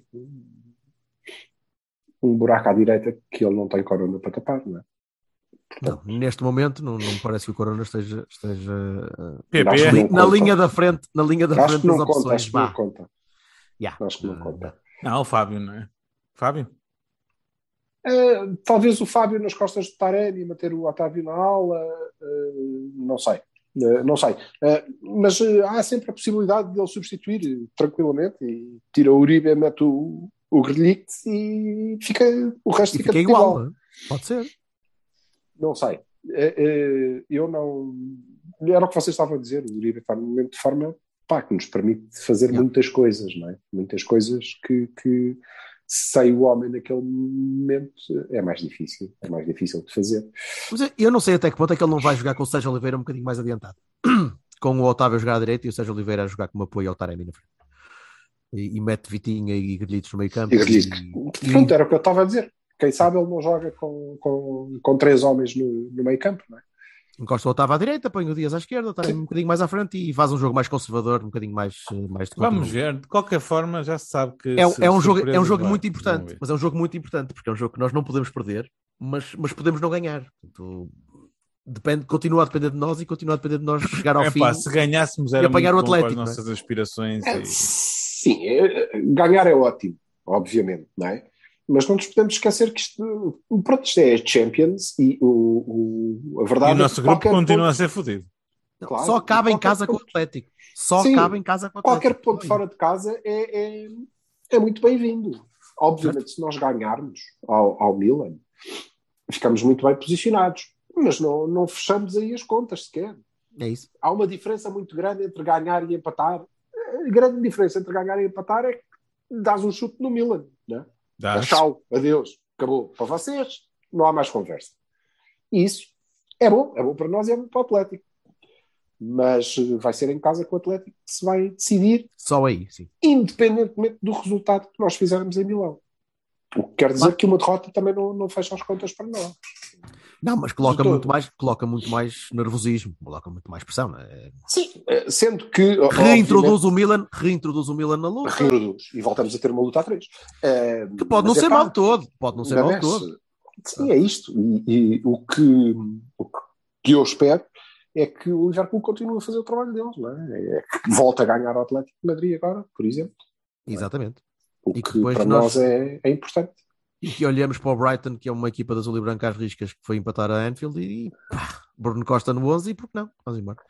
um buraco à direita que ele não tem Corona para tapar, não é? Não, neste momento não me parece que o Corona esteja na linha da frente das opções. Acho que não conta. Acho que não conta. Não, o Fábio, não é? Fábio? Talvez o Fábio nas costas do Taremi, manter o Otávio na aula, não sei. Mas há sempre a possibilidade de ele substituir tranquilamente e tira o Uribe, mete o Grealish e o resto fica igual. Não? Pode ser. Não sei. Eu não... Era o que vocês estavam a dizer. O Uribe está num momento de forma que nos permite fazer muitas coisas, não é? Muitas coisas que sem o homem naquele momento é mais difícil de fazer. Mas eu não sei até que ponto é que ele não vai jogar com o Sérgio Oliveira um bocadinho mais adiantado. Com o Otávio a jogar à direita e o Sérgio Oliveira a jogar como apoio ao Taremi na frente. E mete Vitinha e Grealish no meio campo. Pronto, era o que eu estava a dizer. Quem sabe ele não joga com 3 homens no meio campo, não é? Encosta o Otávio à direita, põe o Dias à esquerda, o Taremi um bocadinho mais à frente e faz um jogo mais conservador, um bocadinho mais de Vamos ver, de qualquer forma já se sabe que é um jogo muito importante, mas é um jogo muito importante porque é um jogo que nós não podemos perder, mas podemos não ganhar. Portanto, continua a depender de nós e continua a depender de nós chegar ao fim. Se ganhássemos era apanhar muito o Atlético, bom para as nossas aspirações. Sim, ganhar é ótimo, obviamente, não é? Mas não nos podemos esquecer que isto é Champions e a verdade e o nosso grupo continua a ser fodido. Claro, só acaba em casa com o Atlético. Qualquer ponto fora de casa é muito bem-vindo. Obviamente, se nós ganharmos ao Milan, ficamos muito bem posicionados, mas não fechamos aí as contas sequer. É isso. Há uma diferença muito grande entre ganhar e empatar. A grande diferença entre ganhar e empatar é que dás um chute no Milan, né? Tchau, adeus, acabou. Para vocês, não há mais conversa. E isso é bom para nós e é bom para o Atlético. Mas vai ser em casa com o Atlético que se vai decidir. Só aí, sim. Independentemente do resultado que nós fizermos em Milão. O que quer dizer que uma derrota também não fecha as contas para nós. Não, mas coloca muito mais nervosismo, coloca muito mais pressão. Não é? Sim, sendo que... Reintroduz o Milan na luta. Reintroduz. E voltamos a ter uma luta a 3. Que pode não ser mal todo. Pode não ser mal todo. Sim, é isto. E o que eu espero é que o Liverpool continue a fazer o trabalho deles. Não é? É que volta a ganhar o Atlético de Madrid agora, por exemplo. Exatamente. O e que para nós é importante. E que olhamos para o Brighton, que é uma equipa da azul e branca às riscas, que foi empatar a Anfield, e pá, Bruno Costa no 11, e por que não? Vamos embora.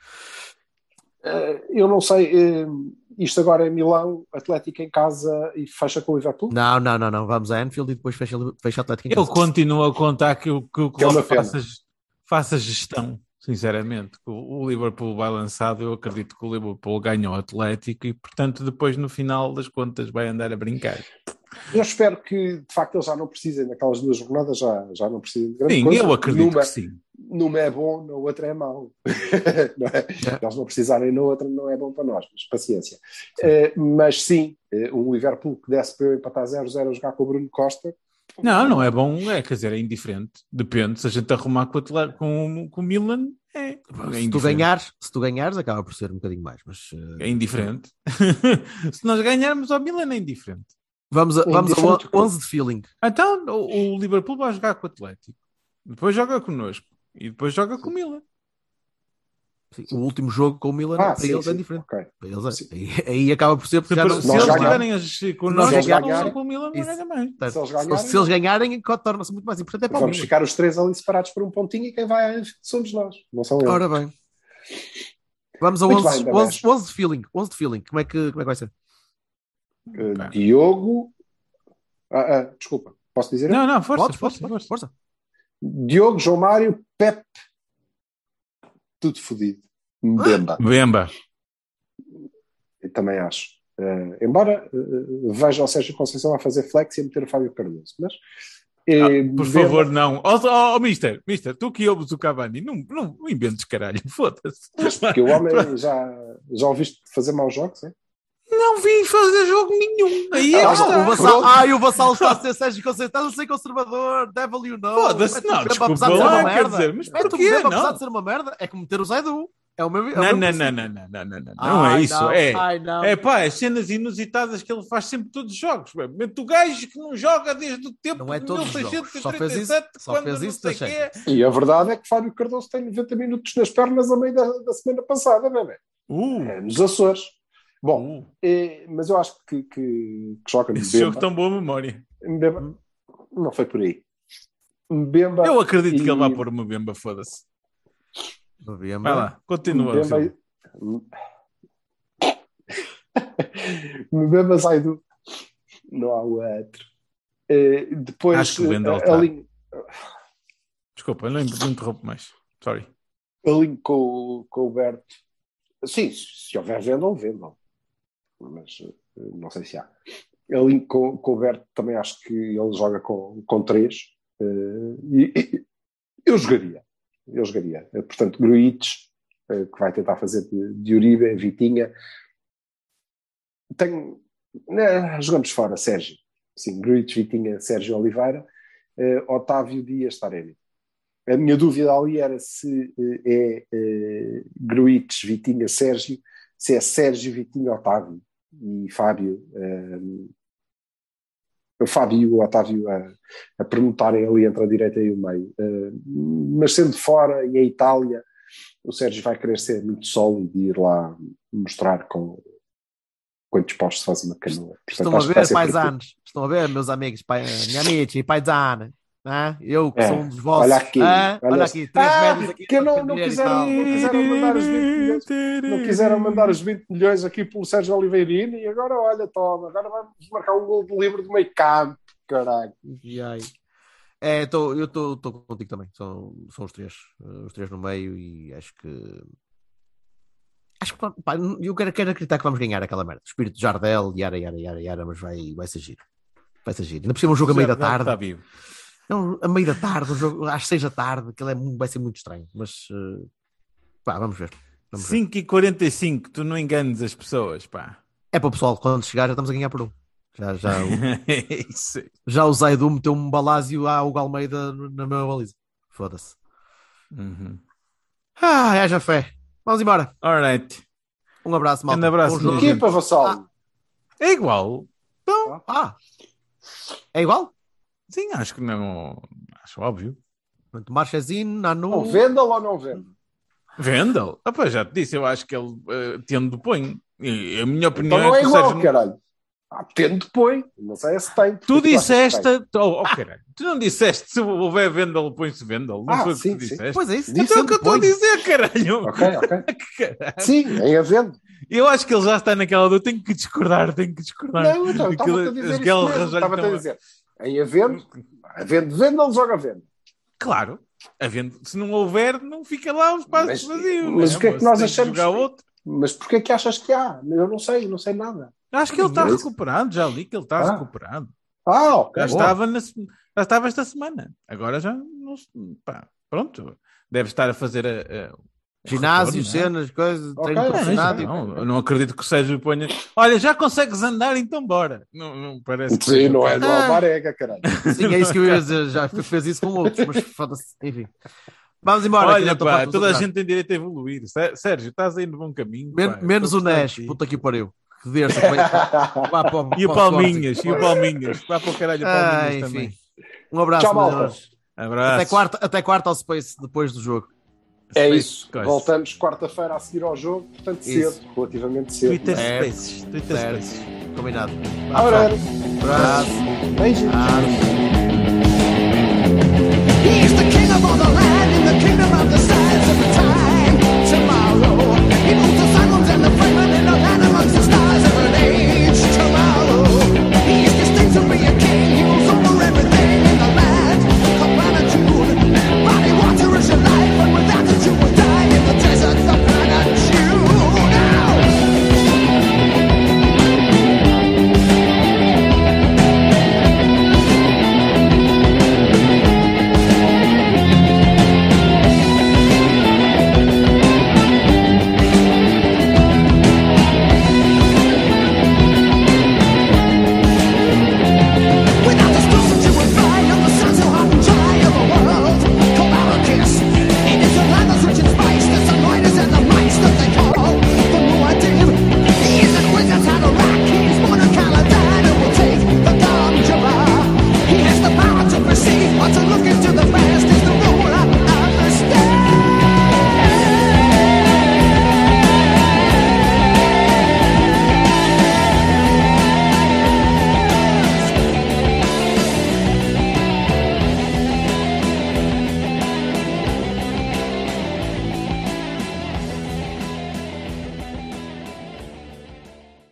Eu não sei, isto agora é Milão, Atlético em casa e fecha com o Liverpool? Não. Vamos a Anfield e depois fecha Atlético em casa. Eu continuo a contar que o Klopp é faça gestão, sinceramente. O Liverpool vai lançado, eu acredito que o Liverpool ganha o Atlético e, portanto, depois no final das contas vai andar a brincar. Eu espero que, de facto, eles já não precisem daquelas 2 jornadas, já não precisem de grande coisa. Sim, eu acredito que sim. Numa é bom, na outra é mau. Não é? Eles não precisarem na outra, não é bom para nós, mas paciência. Mas sim, um Liverpool que desse para eu empatar 0-0 a jogar com o Bruno Costa. Não é bom, quer dizer, é indiferente. Depende, se a gente arrumar com o Milan, se tu ganhares, acaba por ser um bocadinho mais, mas é indiferente. Se nós ganharmos ao Milan, é indiferente. Vamos a 11 de feeling. Então, o Liverpool vai jogar com o Atlético. Depois joga connosco. E depois joga com o Milan. Sim, o último jogo com o Milan para eles é diferente. Okay. Para eles aí acaba por ser... Se eles estiverem connosco com o Milan, não ganha mais. Se eles ganharem, torna-se muito mais importante. Vamos ficar os 3 ali separados por um pontinho e quem vai a Anfield somos nós. Não são eles. Ora bem. Vamos a 11 de feeling. 11 de feeling. Como é que vai ser? Diogo... desculpa, posso dizer? Não, força. Diogo, João Mário, Pep, tudo fodido. Mbemba. Eu também acho. Embora veja o Sérgio Conceição a fazer flex e a meter o Fábio Cardoso, mas por favor, não. Mister, tu que ouves o Cavani, não inventes caralho, foda-se. Porque o homem já ouviste fazer maus jogos, é? Não vi fazer jogo nenhum. Aí o Vassal está a ser Sérgio Conceição, a ser conservador, devil you know. Foda-se, não, desculpa lá, quer dizer, mas porquê? Apesar de ser uma merda, é como meter o Zaidu. É o mesmo. Não é isso. É pá, as cenas inusitadas que ele faz sempre todos os jogos. O gajo que não joga desde o tempo de 1637, só fez isso da Champions. E a verdade é que Fábio Cardoso tem 90 minutos nas pernas a meio da semana passada, não é? Nos Açores. Bom, mas eu acho que joga no Mbemba. Esse jogo tem boa memória. Mbemba, não foi por aí. Mbemba eu acredito que ele vai pôr uma Mbemba, foda-se. Vai lá, continua. Mbemba sai do... Não há outro. Depois... Acho que o Wendel Desculpa, eu não interrompo mais. Sorry. Alinho com o Berto. Sim, se houver vendam. Mas não sei se há. Ali com o Berto também acho que ele joga com 3 e eu jogaria. Portanto, Gruitch, que vai tentar fazer de Uribe, Vitinha. Jogamos fora, Sérgio. Sim, Gruitch, Vitinha, Sérgio Oliveira, Otávio Dias, Taremi. A minha dúvida ali era se é Gruitch, Vitinha, Sérgio, se é Sérgio, Vitinha, Otávio e Fábio. O Fábio e o Otávio a permutarem ali entre a direita e o meio. Mas sendo fora e a Itália, o Sérgio vai querer ser muito sólido e ir lá mostrar com quantos paus se faz uma canoa. Estão a ver, paisanos. Estão a ver, meus amigos, minha amiga e paisana. Eu que sou um dos vossos. Olha aqui. Olha aqui, 3 médios aqui. Que não quiseram mandar os 20 milhões. Não quiseram mandar os 20 milhões aqui pelo Sérgio Oliveirinho e agora, olha, toma. Agora vamos marcar um gol de livre do meio campo. Caralho. Eu estou contigo também. São os três no meio e acho que pá, eu quero acreditar que vamos ganhar aquela merda. Espírito de Jardel, Yara, mas vai ser giro. Vai ser giro. Ainda por cima um jogo a meio da tarde. Está vivo. A meio da tarde, um jogo às 6 da tarde, aquilo vai ser muito estranho. Mas pá, vamos ver. 5h45, tu não enganes as pessoas, pá. É para o pessoal, quando chegar já estamos a ganhar por um. Já o Zaidu meteu um balásio ao Hugo Almeida na minha baliza. Foda-se. Haja fé. Vamos embora. Alright. Um abraço, malta. Um abraço. Do que para Vassalo? É igual. Então, é igual? Sim, acho que não. Acho óbvio. Marchezinho, Nanu. Vendel ou não vende? Vendel? Já te disse, eu acho que ele tendo põe. E a minha opinião então não é que igual, Sérgio... caralho. Tendo põe. Não sei se tem. Tu disseste. Caralho. Tu não disseste se houver Vendel, põe-se Vendel. Não foi o que tu disseste. Pois é isso. Então é o que eu estou a dizer, caralho. Ok. Sim, em havendo. Eu acho que ele já está naquela do tenho que discordar. Não, então, estava-te a dizer isso mesmo. Estava-te a dizer. Em havendo, Vendel joga Vendel. Claro. Se não houver, não fica lá o espaço vazio. Mas o que é que nós achamos? Outro. Mas porquê é que achas que há? Eu não sei nada. Acho que ele está recuperado, já li que ele está recuperado. Ok. Já estava esta semana. Agora já não. Pronto. Deve estar a fazer ginásio, retorno, cenas, coisas, treino profissional. Eu não acredito que o Sérgio ponha. Olha, já consegues andar, então bora. Não parece. Sim, não é do Alvarenga, caralho. Sim, é isso que eu ia dizer. Já fez isso com outros, mas foda-se. Enfim. Vamos embora. Olha, pá, toda a gente tem direito a evoluir. Sérgio, estás aí no bom caminho. Menos o Nash, puta que pariu. Que derça. E o Palminhas. Vá para o caralho, Palminhas também. Um abraço. Tchau, malta. Abraço. Até quarta ao Space, depois do jogo. É isso. Voltamos quarta-feira a seguir ao jogo, portanto cedo, relativamente cedo. Twitter Spaces. Combinado. Abraço. Beijinhos.